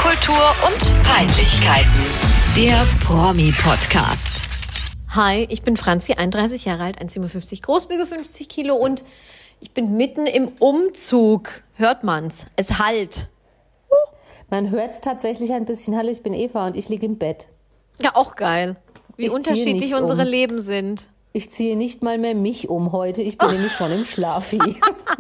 Popkultur und Peinlichkeiten. Der Promi-Podcast. Hi, ich bin Franzi, 31 Jahre alt, 1,57 groß, wiege 50 Kilo und ich bin mitten im Umzug. Hört man's? Es hallt. Man hört es tatsächlich ein bisschen. Hallo, ich bin Eva und ich liege im Bett. Ja, auch geil. Wie Ich ziehe unterschiedlich nicht unsere um. Leben sind. Ich ziehe nicht mal mehr mich um heute. Ich bin nämlich schon im Schlafi.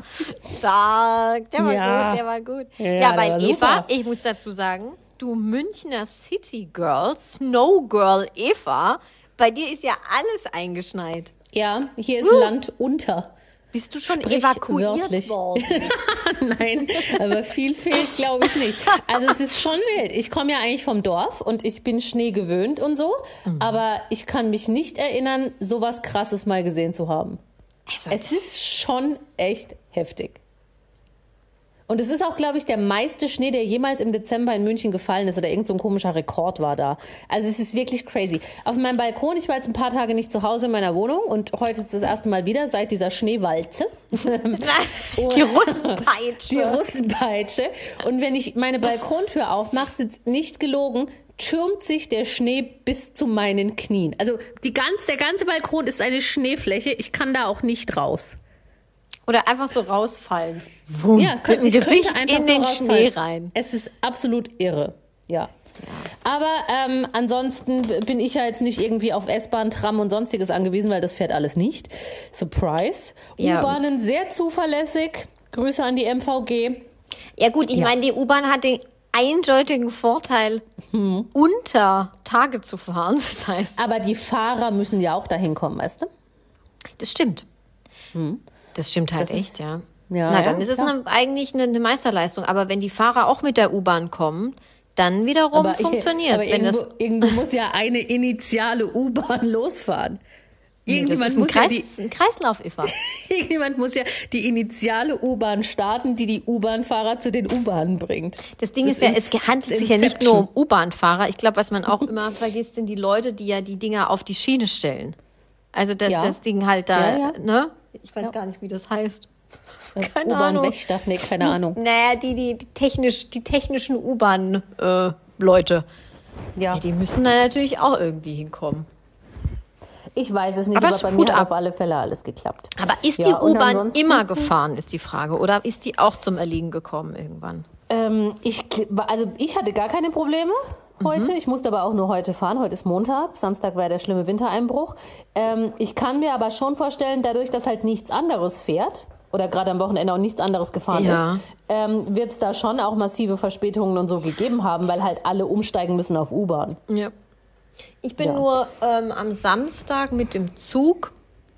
Stark. Der war Ja. gut, der war gut. Ja, Ja, der weil war Eva, super. ich muss dazu sagen, du Münchner City Girl, Snow Girl Eva, bei dir ist ja alles eingeschneit. Ja, hier ist Land unter. Bist du schon Sprich evakuiert wörtlich. worden? Nein, aber viel fehlt, glaube ich nicht. Also es ist schon wild. Ich komme ja eigentlich vom Dorf und ich bin Schnee gewöhnt und so, aber ich kann mich nicht erinnern, sowas Krasses mal gesehen zu haben. Also, Es ist schon echt heftig. Und es ist auch, glaube ich, der meiste Schnee, der jemals im Dezember in München gefallen ist oder irgend so ein komischer Rekord war da. Also es ist wirklich crazy. Auf meinem Balkon, ich war jetzt ein paar Tage nicht zu Hause in meiner Wohnung und heute ist das erste Mal wieder seit dieser Schneewalze. die Russenpeitsche. Die Russenpeitsche. Und wenn ich meine Balkontür aufmache, sitzt nicht gelogen, türmt sich der Schnee bis zu meinen Knien. Also der ganze Balkon ist eine Schneefläche. Ich kann da auch nicht raus. Oder einfach so rausfallen. Ja, Mit dem ich Gesicht könnte einfach in so den rausfallen. Schnee rein. Es ist absolut irre, ja. Aber ansonsten bin ich ja jetzt nicht irgendwie auf S-Bahn, Tram und Sonstiges angewiesen, weil das fährt alles nicht. Surprise. Ja. U-Bahnen sehr zuverlässig. Grüße an die MVG. Ja gut, ich meine, die U-Bahn hat den eindeutigen Vorteil, unter Tage zu fahren. Das heißt, Aber die Fahrer müssen ja auch dahin kommen, weißt du? das stimmt. Das stimmt halt Das echt, ist- ja. Ja, Na, ja, dann ist es klar. eigentlich eine Meisterleistung. Aber wenn die Fahrer auch mit der U-Bahn kommen, dann wiederum funktioniert es. Aber irgendwo muss ja eine initiale U-Bahn losfahren. Das Irgendjemand ist ein, muss ja ein Kreislauf, Eva. Irgendjemand muss ja die initiale U-Bahn starten, die U-Bahn-Fahrer zu den U-Bahnen bringt. Das Ding ist ja, es handelt sich ja nicht nur um U-Bahn-Fahrer. Ich glaube, was man auch immer vergisst, sind die Leute, die ja die Dinger auf die Schiene stellen. Also, dass Ja. das Ding halt da, Ja. ne? Ich weiß gar nicht, wie das heißt. Keine U-Bahn-Wächter? Nee, keine Ahnung. Naja, die technischen U-Bahn-Leute. Ja, Die müssen da natürlich auch irgendwie hinkommen. ich weiß es nicht, Aber aber es bei Hut mir hat ab. auf alle Fälle alles geklappt. Aber ist die Ja, und U-Bahn ansonsten immer ist es- gefahren, ist die Frage. Oder ist die auch zum Erliegen gekommen irgendwann? Ich hatte gar keine Probleme heute. Ich musste aber auch nur heute fahren. Heute ist Montag. Samstag war der schlimme Wintereinbruch. Ich kann mir aber schon vorstellen, dadurch, dass halt nichts anderes fährt oder gerade am Wochenende auch nichts anderes gefahren Ja. ist, wird es da schon auch massive Verspätungen und so gegeben haben, weil halt alle umsteigen müssen auf U-Bahn. Ja. Ich bin Ja. nur am Samstag mit dem Zug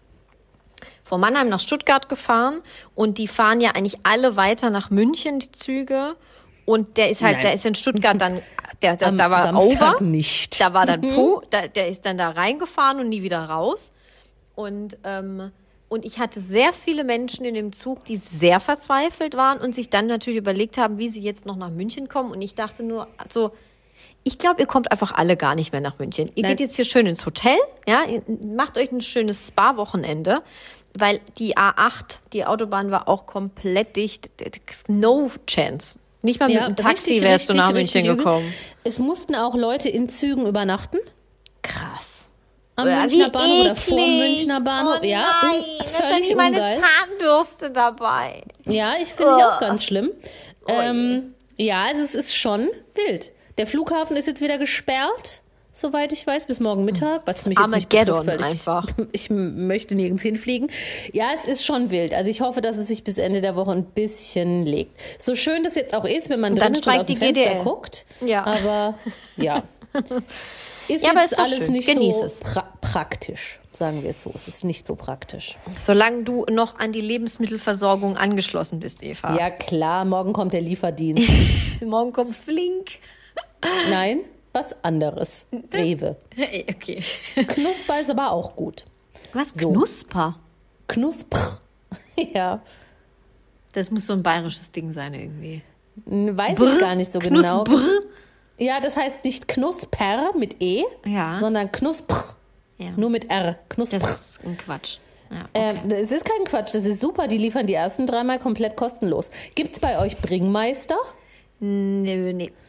von Mannheim nach Stuttgart gefahren und die fahren ja eigentlich alle weiter nach München, die Züge. Und der ist halt, Nein. der ist in Stuttgart dann, Am da war Samstag over. nicht. Da war dann der ist dann da reingefahren und nie wieder raus. Und ich hatte sehr viele Menschen in dem Zug, die sehr verzweifelt waren und sich dann natürlich überlegt haben, wie sie jetzt noch nach München kommen. Und ich dachte nur so, ich glaube, ihr kommt einfach alle gar nicht mehr nach München. Ihr geht jetzt hier schön ins Hotel, ja, ihr macht euch ein schönes Spa-Wochenende, weil die A8, die Autobahn war auch komplett dicht. No chance. Nicht mal mit dem Taxi richtig, wärst du nach richtig München übel. gekommen. Es mussten auch Leute in Zügen übernachten. Krass. Am Wie Münchner Bahnhof oder vor dem eklig. Münchner Bahnhof. Oh Ja, nein, da ist ja völlig nicht meine ungeil. Zahnbürste dabei. Ja, ich finde ich auch ganz schlimm. Ja, also es ist schon wild. Der Flughafen ist jetzt wieder gesperrt, soweit ich weiß, bis morgen Mittag. Was mich jetzt nicht Armageddon betrifft, weil einfach. Ich möchte nirgends hinfliegen. Ja, es ist schon wild. Also ich hoffe, dass es sich bis Ende der Woche ein bisschen legt. So schön das jetzt auch ist, wenn man Und dann drin ist und streikt aus dem die Fenster GDL. guckt. Ja. Aber ja. Ist Ja, aber jetzt ist doch alles schön. nicht Genieß so es. praktisch, sagen wir es so. Es ist nicht so praktisch. Solange du noch an die Lebensmittelversorgung angeschlossen bist, Eva. Ja klar, morgen kommt der Lieferdienst. Morgen kommt's flink. Nein, was anderes. Rewe. Okay. Knusper ist aber auch gut. Was? So. Knusper? Knusper. Ja. Das muss so ein bayerisches Ding sein irgendwie. Weiß ich gar nicht so genau. Knusper? Ja, das heißt nicht Knusper mit E, Ja. sondern Knusper. Ja. Nur mit R. Knusper. Das ist ein Quatsch. Ja, okay. Es ist kein Quatsch, das ist super. Die liefern die ersten 3 Mal komplett kostenlos. Gibt's bei euch Bringmeister? Nee.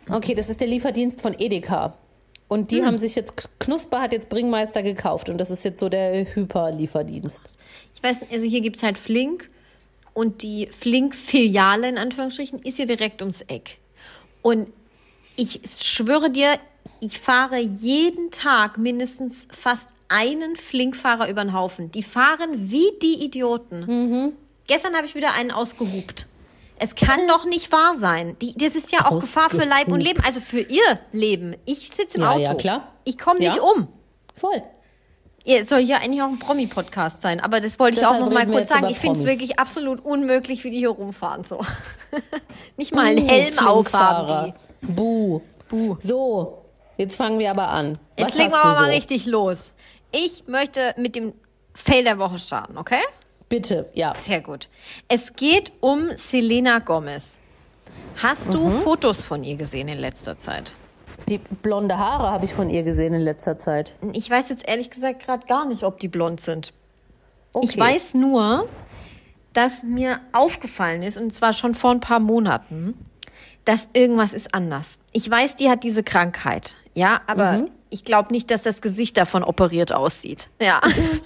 Okay, das ist der Lieferdienst von Edeka. Und die haben sich jetzt, Knusper hat jetzt Bringmeister gekauft und das ist jetzt so der Hyper-Lieferdienst. Ich weiß nicht, also hier gibt es halt Flink und die Flink-Filiale in Anführungsstrichen ist hier direkt ums Eck. Und ich schwöre dir, ich fahre jeden Tag mindestens fast einen Flink-Fahrer über den Haufen. Die fahren wie die Idioten. Gestern habe ich wieder einen ausgehupt. Es kann doch nicht wahr sein. Das ist ja auch Gefahr für Leib und Leben. Also für ihr Leben. Ich sitze im Auto. Ja, klar. Ich komme nicht um. Voll. Es soll hier eigentlich auch ein Promi-Podcast sein. Aber das wollte ich Deshalb auch noch mal reden wir kurz jetzt sagen. über Ich finde es Promis. wirklich absolut unmöglich, wie die hier rumfahren. So. Nicht mal einen Helm aufhaben die. Buh. Buh. So, jetzt fangen wir aber an. Jetzt legen wir aber mal richtig los. Ich möchte mit dem Fail der Woche starten, okay? Bitte, ja. Sehr gut. Es geht um Selena Gomez. Hast du Fotos von ihr gesehen in letzter Zeit? Die blonde Haare habe ich von ihr gesehen in letzter Zeit. Ich weiß jetzt ehrlich gesagt gerade gar nicht, ob die blond sind. Okay. Ich weiß nur, dass mir aufgefallen ist, und zwar schon vor ein paar Monaten, dass irgendwas ist anders. Ich weiß, die hat diese Krankheit, ja, aber ich glaube nicht, dass das Gesicht davon operiert aussieht. Ja.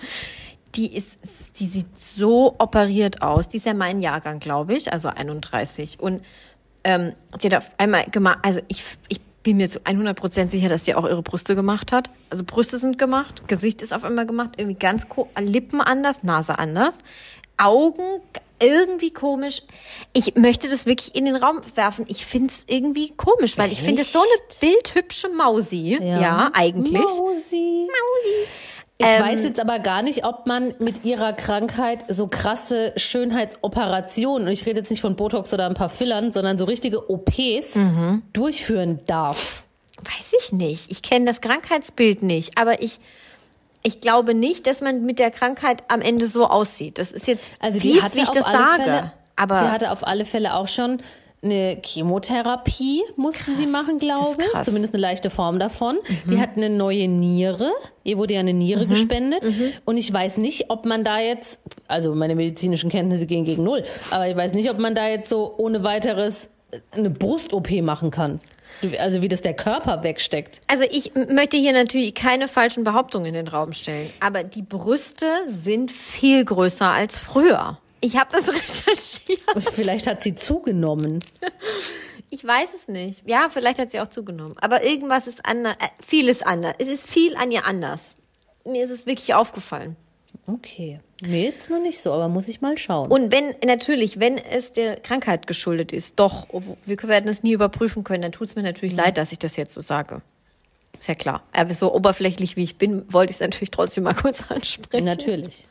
Die sieht so operiert aus. Die ist ja mein Jahrgang, glaube ich, also 31. Und sie hat auf einmal gemacht, also ich bin mir zu 100% sicher, dass sie auch ihre Brüste gemacht hat. Also Brüste sind gemacht, Gesicht ist auf einmal gemacht, irgendwie ganz Lippen anders, Nase anders, Augen irgendwie komisch. Ich möchte das wirklich in den Raum werfen. Ich finde es irgendwie komisch, weil ich finde es so eine bildhübsche Mausi. Ja, eigentlich. Mausi. Ich weiß jetzt aber gar nicht, ob man mit ihrer Krankheit so krasse Schönheitsoperationen, und ich rede jetzt nicht von Botox oder ein paar Fillern, sondern so richtige OPs durchführen darf. Weiß ich nicht. Ich kenne das Krankheitsbild nicht, aber ich glaube nicht, dass man mit der Krankheit am Ende so aussieht. Das ist jetzt fies, wie ich das sage. Aber die hatte auf alle Fälle auch schon eine Chemotherapie, musste sie machen, glaube ich. Krass. Zumindest eine leichte Form davon. Die hat eine neue Niere. Ihr wurde ja eine Niere gespendet. Und ich weiß nicht, ob man da jetzt, also meine medizinischen Kenntnisse gehen gegen null, aber ich weiß nicht, ob man da jetzt so ohne weiteres eine Brust-OP machen kann. Also wie das der Körper wegsteckt. Also ich möchte hier natürlich keine falschen Behauptungen in den Raum stellen, aber die Brüste sind viel größer als früher. Ich habe das recherchiert. Vielleicht hat sie zugenommen. Ich weiß es nicht. Ja, vielleicht hat sie auch zugenommen. Aber irgendwas ist anders. Vieles anders. Es ist viel an ihr anders. Mir ist es wirklich aufgefallen. Okay. Mir jetzt noch nicht so, aber muss ich mal schauen. Und wenn es der Krankheit geschuldet ist, doch, wir werden es nie überprüfen können, dann tut es mir natürlich leid, dass ich das jetzt so sage. Ist ja klar. Aber so oberflächlich wie ich bin, wollte ich es natürlich trotzdem mal kurz ansprechen. Natürlich.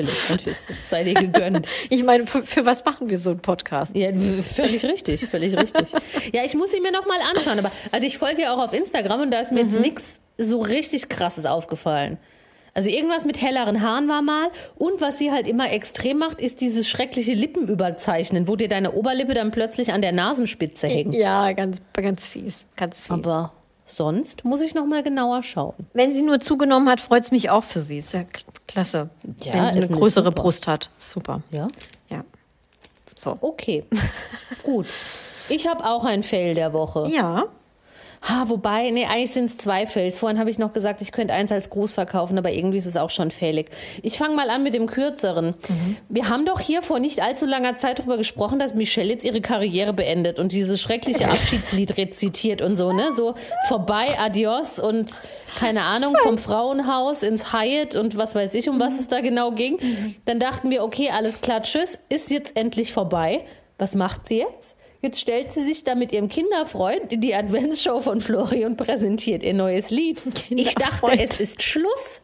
Das sei dir gegönnt. Ich meine, für was machen wir so einen Podcast? Ja, völlig richtig. Ja, ich muss sie mir noch mal anschauen. Aber also ich folge ja auch auf Instagram und da ist mir jetzt nichts so richtig Krasses aufgefallen. Also irgendwas mit helleren Haaren war mal. Und was sie halt immer extrem macht, ist dieses schreckliche Lippenüberzeichnen, wo dir deine Oberlippe dann plötzlich an der Nasenspitze hängt. Ja, ganz fies. Ganz fies. Aber sonst muss ich noch mal genauer schauen. Wenn sie nur zugenommen hat, freut es mich auch für sie. Ist ja klasse. Ja, wenn sie ist eine größere super. Brust hat. Super. Ja? Ja. So. Okay. Gut. Ich habe auch ein Fail der Woche. Ja. Wobei, nee, eigentlich sind es 2 Fails. Vorhin habe ich noch gesagt, ich könnte eins als Gruß verkaufen, aber irgendwie ist es auch schon failig. Ich fange mal an mit dem kürzeren. Wir haben doch hier vor nicht allzu langer Zeit darüber gesprochen, dass Michelle jetzt ihre Karriere beendet und dieses schreckliche Abschiedslied rezitiert und so, ne? So vorbei, adios und keine Ahnung, vom Frauenhaus ins Hyatt und was weiß ich, um was es da genau ging. Dann dachten wir, okay, alles klar, tschüss, ist jetzt endlich vorbei. Was macht sie jetzt? Jetzt stellt sie sich da mit ihrem Kinderfreund in die Adventsshow von Flori und präsentiert ihr neues Lied. Ich dachte, es ist Schluss.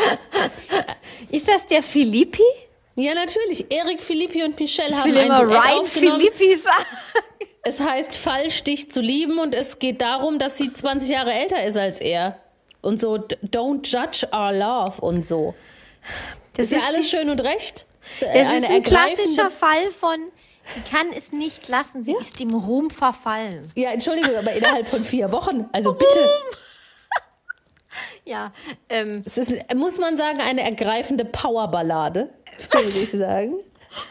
Ist das der Filippi? Ja, natürlich. Erik, Filippi und Michelle Ich haben will ein immer Duett Ryan aufgenommen. Filippi sagen. Es heißt Falsch, dich zu lieben und es geht darum, dass sie 20 Jahre älter ist als er. Und so, don't judge our love und so. Das ist ja alles schön und recht. Das ist ein klassischer Fall von, sie kann es nicht lassen, sie ist dem Ruhm verfallen. Ja, Entschuldigung, aber innerhalb von 4 Wochen. Also bitte. Ja, Es ist, muss man sagen, eine ergreifende Powerballade, würde ich sagen.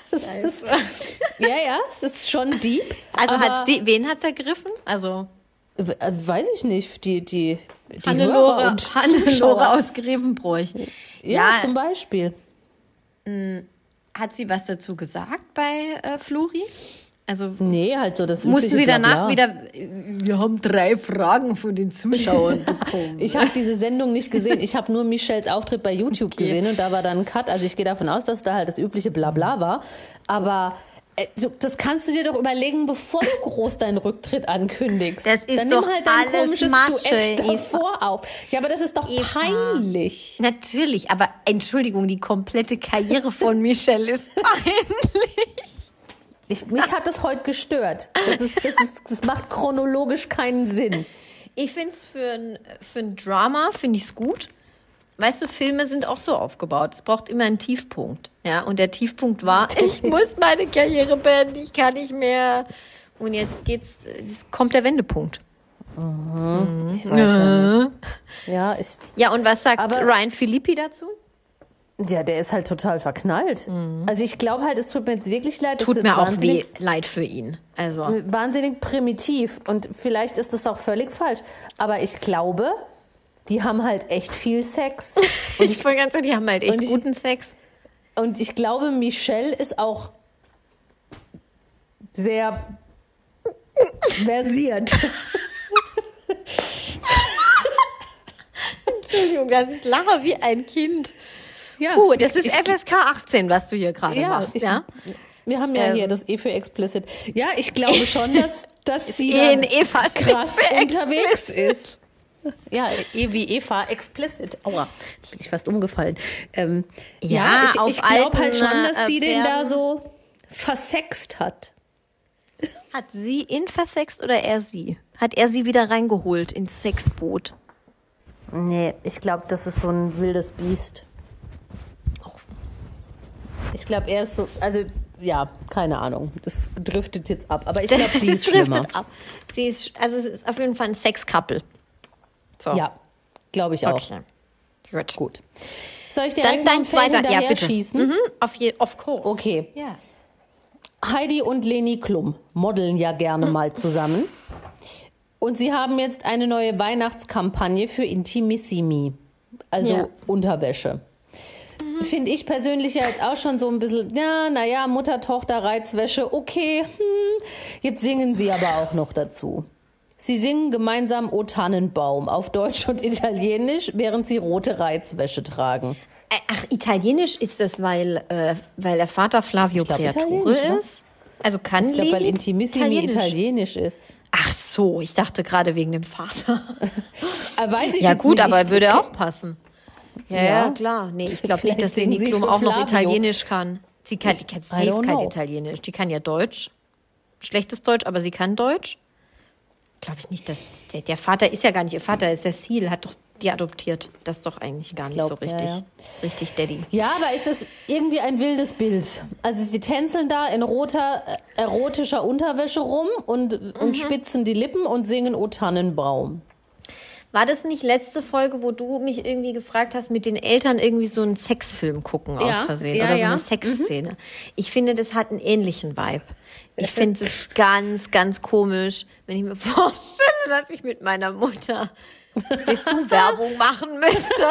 Ja, es ist schon deep. also aber wen hat's ergriffen? Also Weiß ich nicht, die Hannelore Hörer und Zuschauer. aus Grevenbroich. Ja, zum Beispiel. Hat sie was dazu gesagt bei Flori? Also Nee, halt so das mussten übliche sie danach Blabla. wieder, wir haben 3 Fragen von den Zuschauern bekommen. Ich habe diese Sendung nicht gesehen. Ich habe nur Michelles Auftritt bei YouTube gesehen und da war dann ein Cut. Also ich gehe davon aus, dass da halt das übliche Blabla war. Aber das kannst du dir doch überlegen, bevor du groß deinen Rücktritt ankündigst. Das ist dann doch nimm halt dein alles komisches Masche, Duett Eva. davor auf. Ja, aber das ist doch peinlich. Natürlich, aber Entschuldigung, die komplette Karriere von Michelle ist peinlich. Mich hat das heute gestört. Das macht chronologisch keinen Sinn. Ich finde es für ein Drama, finde ich es gut. Weißt du, Filme sind auch so aufgebaut. Es braucht immer einen Tiefpunkt. Ja, und der Tiefpunkt war, ich muss meine Karriere beenden, ich kann nicht mehr. Und jetzt kommt der Wendepunkt. Ich weiß ja nicht. Ja, und was sagt Aber- Ryan Philippi dazu? Ja, der ist halt total verknallt. Also ich glaube halt, es tut mir jetzt wirklich leid. das Tut ist mir jetzt auch wahnsinnig- leid für ihn. Also, wahnsinnig primitiv und vielleicht ist das auch völlig falsch. Aber ich glaube, die haben halt echt viel Sex. ich wollte ganz ehrlich, die haben halt echt und ich- guten Sex. Und ich glaube, Michelle ist auch sehr versiert. Entschuldigung, dass ich lache wie ein Kind. Ja, Das ist FSK 18, was du hier gerade machst, ja? Wir haben ja hier das E für explicit. Ja, ich glaube schon, dass sie in da Eva steht krass für unterwegs ist. Ja, E wie Eva, explicit. Aua, jetzt bin ich fast umgefallen. Ja, auf ich glaube halt alten, schon, dass die den da Pferden. so versext hat. Hat sie ihn versext oder er sie? Hat er sie wieder reingeholt ins Sexboot? Nee, ich glaube, das ist so ein wildes Biest. Ich glaube, er ist so, also ja, keine Ahnung. Das driftet jetzt ab. Aber ich glaube, sie ist schlimmer. driftet ab. Es ist auf jeden Fall ein Sex-Couple. So. Ja, glaube ich auch. Okay. Gut. Gut. Soll ich dir Dann dein zweiter, ja bitte. schießen? Mhm, of course. Okay. Ja. Heidi und Leni Klum modeln ja gerne mal zusammen. Und sie haben jetzt eine neue Weihnachtskampagne für Intimissimi. Also Ja. Unterwäsche. Finde ich persönlich ja jetzt auch schon so ein bisschen, ja, naja, Mutter, Tochter, Reizwäsche, okay. Jetzt singen sie aber auch noch dazu. Sie singen gemeinsam O Tannenbaum auf Deutsch und Italienisch, während sie rote Reizwäsche tragen. Ach, italienisch ist das, weil der Vater Flavio Ich glaub, Creatore italienisch, ne? ist? Also kann Ich glaube, weil Leni Intimissimi italienisch ist. Ach so, ich dachte gerade wegen dem Vater. Weiß ich Ja jetzt gut, nicht. aber würde auch passen. Ja, Ja. klar. Nee, ich glaube Vielleicht nicht, dass singen Leni sie Klum für auch noch Flavio. Italienisch kann. Die kann safe don't kein know. Italienisch. Die kann ja Deutsch. Schlechtes Deutsch, aber sie kann Deutsch. Glaube ich nicht, dass der Vater ist ja gar nicht ihr Vater, ist der Seal, hat doch die adoptiert. Das ist doch eigentlich gar nicht glaub, so richtig, ja. richtig Daddy. Ja, aber es ist irgendwie ein wildes Bild. Also sie tänzeln da in roter, erotischer Unterwäsche rum und spitzen die Lippen und singen O Tannenbaum. War das nicht letzte Folge, wo du mich irgendwie gefragt hast, mit den Eltern irgendwie so einen Sexfilm gucken aus Versehen ja, oder so ja. eine Sexszene? Ich finde, das hat einen ähnlichen Vibe. Ich finde es ganz, ganz komisch, wenn ich mir vorstelle, dass ich mit meiner Mutter Dessous-Werbung machen müsste.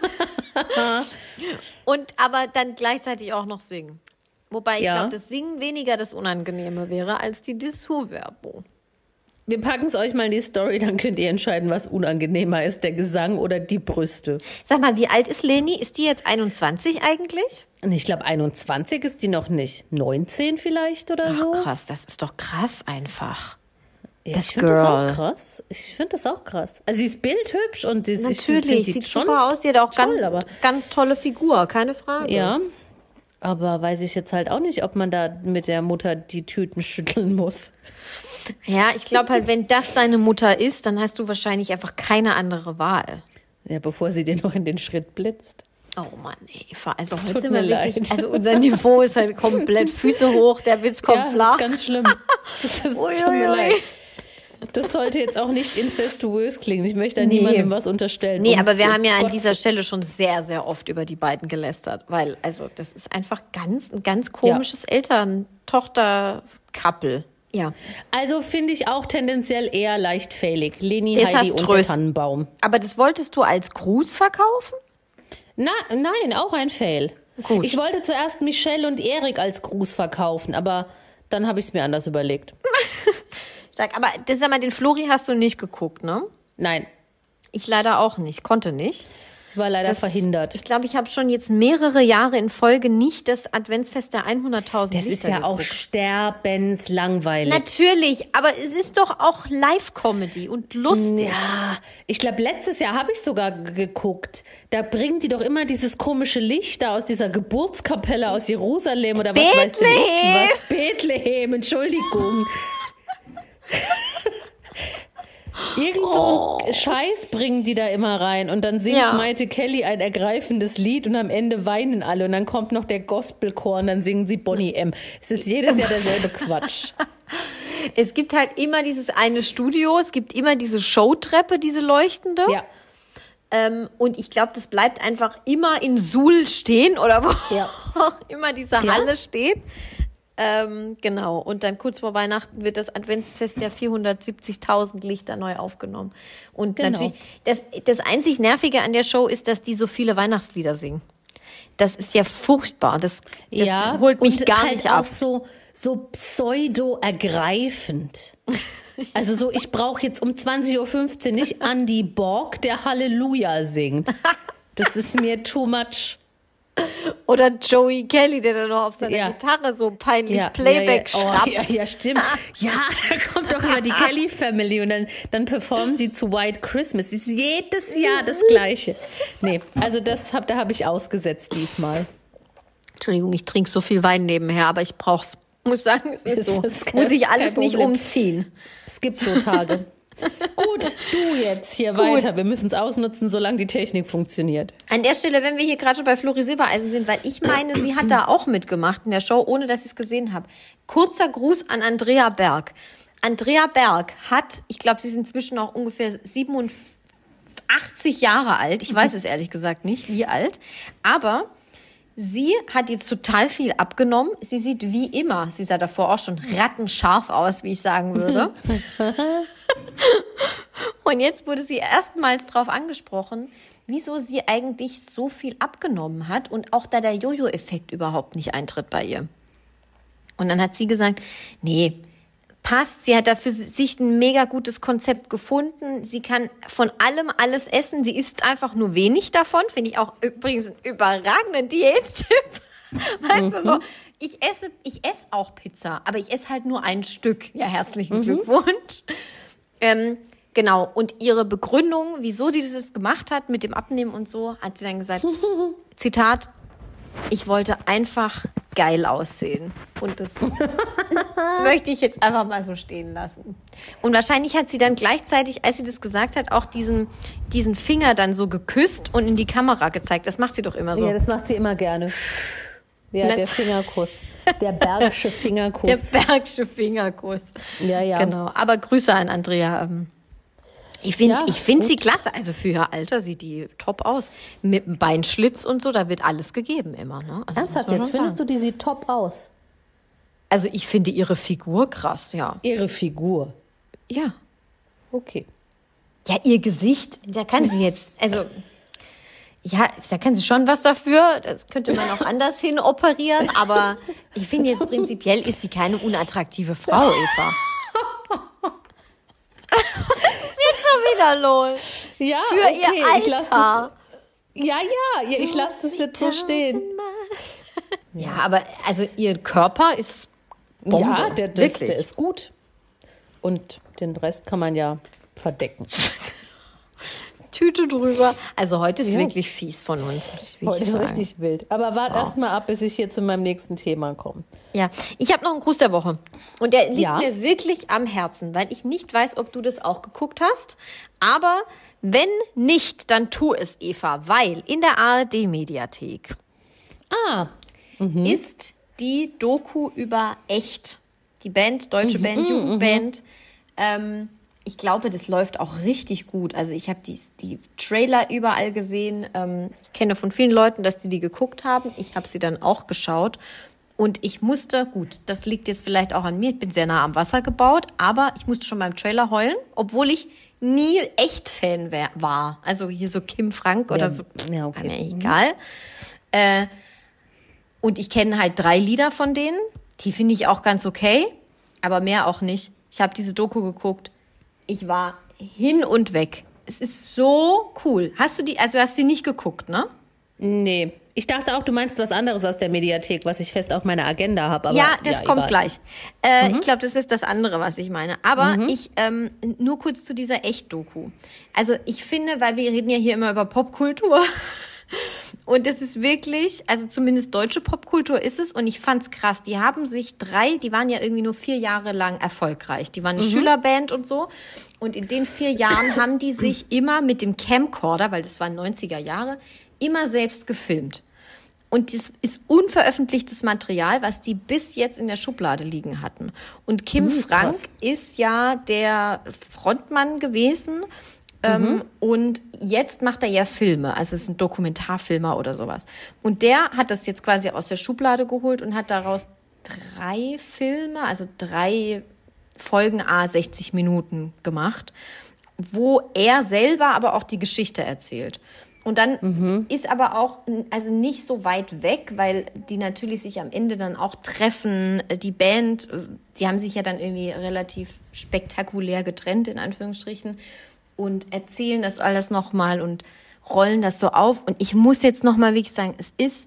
Und aber dann gleichzeitig auch noch singen. Wobei ich Ja. glaube, das Singen weniger das Unangenehme wäre als die Dessous-Werbung. Wir packen es euch mal in die Story, dann könnt ihr entscheiden, was unangenehmer ist, der Gesang oder die Brüste. Sag mal, wie alt ist Leni? Ist die jetzt 21 eigentlich? Und ich glaube, 21 ist die noch nicht. 19 vielleicht oder Ach so? krass, das ist doch krass einfach. Ja, das ich finde das Girl. auch krass. Ich finde das auch krass. Also sie ist bildhübsch und ich find Natürlich, die sieht schon super aus. Die hat auch toll, ganz, aber ganz tolle Figur, keine Frage. ja. Aber weiß ich jetzt halt auch nicht, ob man da mit der Mutter die Tüten schütteln muss. Ja, ich glaube halt, wenn das deine Mutter ist, dann hast du wahrscheinlich einfach keine andere Wahl. Ja, bevor sie dir noch in den Schritt blitzt. Oh Mann, Eva, also heute Tut sind wir mir wirklich, leid. also unser Niveau ist halt komplett Füße hoch, der Witz kommt Ja, das flach. ist ganz schlimm. Das ist, Ui, tut mir ui, ui. leid. Das sollte jetzt auch nicht inzestuös klingen. Ich möchte da niemandem was unterstellen. Nee, Um aber wir haben ja an Gottes dieser Stelle schon sehr, sehr oft über die beiden gelästert, weil, also, das ist einfach ein ganz komisches Eltern-Tochter-Couple. Ja. Also finde ich auch tendenziell eher leicht failig. Leni, Heidi und der Desaströs. Tannenbaum. Aber das wolltest du als Gruß verkaufen? Nein, auch ein Fail. Gut. Ich wollte zuerst Michelle und Erik als Gruß verkaufen, aber dann habe ich es mir anders überlegt. Sag, aber das sag mal, den Flori hast du nicht geguckt, ne? Nein, Ich leider auch nicht, konnte nicht. ich war leider verhindert. Ich glaube, ich habe schon jetzt mehrere Jahre in Folge nicht das Adventsfest der 100.000 Das ist ja auch sterbenslangweilig. Natürlich, aber es ist doch auch Live-Comedy und lustig. Ja, ich glaube, letztes Jahr habe ich sogar geguckt. Da bringen die doch immer dieses komische Licht da aus dieser Geburtskapelle aus Jerusalem oder was weiß denn ich was. Bethlehem, Entschuldigung. Irgend so ein Scheiß bringen die da immer rein und dann singt Maite Kelly ein ergreifendes Lied und am Ende weinen alle und dann kommt noch der Gospelchor und dann singen sie Bonnie M. Es ist jedes Jahr derselbe Quatsch. Es gibt halt immer dieses eine Studio, es gibt immer diese Showtreppe, diese leuchtende. Ja. Und ich glaube, das bleibt einfach immer in Suhl stehen oder wo auch immer diese Halle steht. Genau. Und dann kurz vor Weihnachten wird das Adventsfest der 470.000 Lichter neu aufgenommen. Und natürlich, das einzig Nervige an der Show ist, dass die so viele Weihnachtslieder singen. Das ist ja furchtbar. Das holt mich und gar halt nicht ab. auch so pseudo-ergreifend. Also so, ich brauche jetzt um 20.15 Uhr nicht Andy Borg, der Halleluja singt. Das ist mir too much. Oder Joey Kelly, der dann noch auf seiner Gitarre so peinlich Playback schrappt. Ja, stimmt. Ja, da kommt doch immer die Kelly Family und dann performen sie zu White Christmas. Es ist jedes Jahr das Gleiche. Nee, also da habe ich ausgesetzt diesmal. Entschuldigung, ich trinke so viel Wein nebenher, aber ich brauch's. Muss sagen, es ist so. Muss ich alles nicht umziehen. Es gibt so Tage. Gut, du jetzt hier weiter. Wir müssen es ausnutzen, solange die Technik funktioniert. An der Stelle, wenn wir hier gerade schon bei Flori Silbereisen sind, weil ich meine, sie hat da auch mitgemacht in der Show, ohne dass ich es gesehen habe. Kurzer Gruß an Andrea Berg. Andrea Berg hat, ich glaube, sie ist inzwischen auch ungefähr 87 Jahre alt. Ich weiß es ehrlich gesagt nicht, wie alt. Aber sie hat jetzt total viel abgenommen. Sie sieht wie immer, sie sah davor auch schon rattenscharf aus, wie ich sagen würde. Und jetzt wurde sie erstmals drauf angesprochen, wieso sie eigentlich so viel abgenommen hat und auch da der Jojo-Effekt überhaupt nicht eintritt bei ihr. Und dann hat sie gesagt, nee, passt. Sie hat da für sich ein mega gutes Konzept gefunden. Sie kann von allem alles essen. Sie isst einfach nur wenig davon. Finde ich auch übrigens einen überragenden Diättipp. Weißt du, so, ich esse auch Pizza, aber ich esse halt nur ein Stück. Ja, herzlichen Glückwunsch. Genau. Und ihre Begründung, wieso sie das gemacht hat mit dem Abnehmen und so, hat sie dann gesagt, Zitat, ich wollte einfach geil aussehen. Und das möchte ich jetzt einfach mal so stehen lassen. Und wahrscheinlich hat sie dann gleichzeitig, als sie das gesagt hat, auch diesen Finger dann so geküsst und in die Kamera gezeigt. Das macht sie doch immer so. Ja, das macht sie immer gerne. Ja, der Fingerkuss. Der bergische Fingerkuss. Der bergische Fingerkuss. Ja. Genau. Aber Grüße an Andrea. Ich finde sie klasse. Also für ihr Alter sieht die top aus. Mit dem Beinschlitz und so, da wird alles gegeben immer. Ne? Also ernsthaft, jetzt findest du, die sieht top aus? Also ich finde ihre Figur krass, ja. Ihre Figur? Ja. Okay. Ja, ihr Gesicht, da kann sie jetzt, also... Ja, da kann sie schon was dafür. Das könnte man auch anders hin operieren. Aber ich finde jetzt prinzipiell ist sie keine unattraktive Frau, Eva. Was ist jetzt schon wieder los? Ja, für ihr Alter. Ich lasse es jetzt so stehen. Ja, aber also ihr Körper ist Bombe. Ja, der ist gut. Und den Rest kann man ja verdecken. Tüte drüber. Also heute ist wirklich fies von uns. Heute ist richtig wild. Aber wart erst mal ab, bis ich hier zu meinem nächsten Thema komme. Ja, ich habe noch einen Gruß der Woche. Und der liegt mir wirklich am Herzen, weil ich nicht weiß, ob du das auch geguckt hast. Aber wenn nicht, dann tu es, Eva, weil in der ARD-Mediathek ist die Doku über Echt. Die Band, deutsche Band, Jugendband. Ich glaube, das läuft auch richtig gut. Also ich habe die Trailer überall gesehen. Ich kenne von vielen Leuten, dass die geguckt haben. Ich habe sie dann auch geschaut. Und ich musste, gut, das liegt jetzt vielleicht auch an mir, ich bin sehr nah am Wasser gebaut, aber ich musste schon beim Trailer heulen, obwohl ich nie echt Fan war. Also hier so Kim Frank oder so, ja, okay. Nee, egal. Und ich kenne halt 3 Lieder von denen, die finde ich auch ganz okay, aber mehr auch nicht. Ich habe diese Doku geguckt, ich war hin und weg. Es ist so cool. Hast du nicht geguckt, ne? Nee. Ich dachte auch, du meinst was anderes aus der Mediathek, was ich fest auf meiner Agenda habe. Ja, das kommt gleich. Ich glaube, das ist das andere, was ich meine. Aber nur kurz zu dieser Echt-Doku. Also ich finde, weil wir reden ja hier immer über Popkultur. Und es ist wirklich, also zumindest deutsche Popkultur ist es. Und ich fand's krass. Die waren ja irgendwie nur 4 Jahre lang erfolgreich. Die waren eine Schülerband und so. Und in den 4 Jahren haben die sich immer mit dem Camcorder, weil das waren 90er Jahre, immer selbst gefilmt. Und das ist unveröffentlichtes Material, was die bis jetzt in der Schublade liegen hatten. Und Kim Frank ist ja der Frontmann gewesen. Und jetzt macht er ja Filme. Also es ist ein Dokumentarfilmer oder sowas. Und der hat das jetzt quasi aus der Schublade geholt und hat daraus 3 Filme, also 3 Folgen 60 Minuten gemacht, wo er selber aber auch die Geschichte erzählt. Und dann ist aber auch, also nicht so weit weg, weil die natürlich sich am Ende dann auch treffen. Die Band, die haben sich ja dann irgendwie relativ spektakulär getrennt, in Anführungsstrichen, und erzählen das alles nochmal und rollen das so auf. Und ich muss jetzt nochmal wirklich sagen, es ist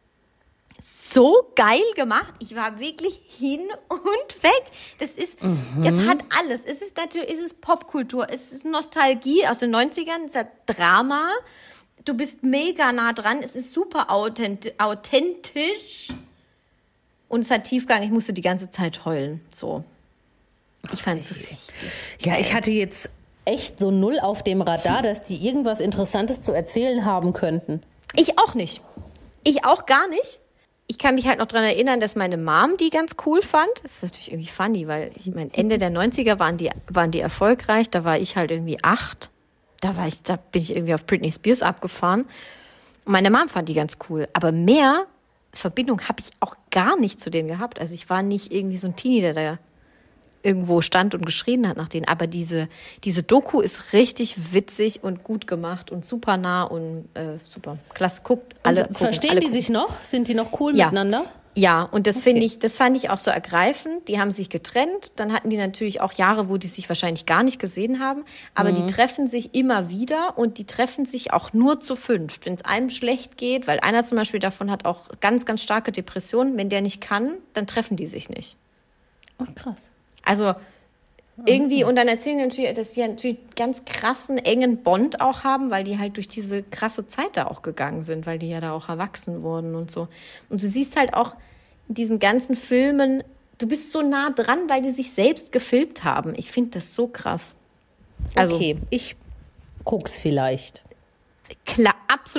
so geil gemacht. Ich war wirklich hin und weg. Das hat alles. Es ist Popkultur, es ist Nostalgie aus den 90ern, es hat Drama. Du bist mega nah dran. Es ist super authentisch. Und es hat Tiefgang. Ich musste die ganze Zeit heulen. So. Ich fand es richtig. Ja, ich hatte jetzt echt so 0 auf dem Radar, dass die irgendwas Interessantes zu erzählen haben könnten. Ich auch nicht. Ich auch gar nicht. Ich kann mich halt noch dran erinnern, dass meine Mom die ganz cool fand. Das ist natürlich irgendwie funny, weil Ende der 90er waren die erfolgreich. Da war ich halt irgendwie 8. Da bin ich irgendwie auf Britney Spears abgefahren. Und meine Mom fand die ganz cool. Aber mehr Verbindung habe ich auch gar nicht zu denen gehabt. Also ich war nicht irgendwie so ein Teenie, der da irgendwo stand und geschrien hat nach denen. Aber diese Doku ist richtig witzig und gut gemacht und super nah und super. Klasse, guckt. Verstehen die sich noch? Sind die noch cool miteinander? Ja, und das fand ich auch so ergreifend. Die haben sich getrennt. Dann hatten die natürlich auch Jahre, wo die sich wahrscheinlich gar nicht gesehen haben. Aber die treffen sich immer wieder und die treffen sich auch nur zu 5. Wenn es einem schlecht geht, weil einer zum Beispiel davon hat auch ganz, ganz starke Depressionen. Wenn der nicht kann, dann treffen die sich nicht. Oh, krass. Also irgendwie, und dann erzählen die natürlich, dass sie natürlich ganz krassen, engen Bond auch haben, weil die halt durch diese krasse Zeit da auch gegangen sind, weil die ja da auch erwachsen wurden und so. Und du siehst halt auch in diesen ganzen Filmen, du bist so nah dran, weil die sich selbst gefilmt haben. Ich finde das so krass. Also, okay, ich guck's vielleicht. Klar,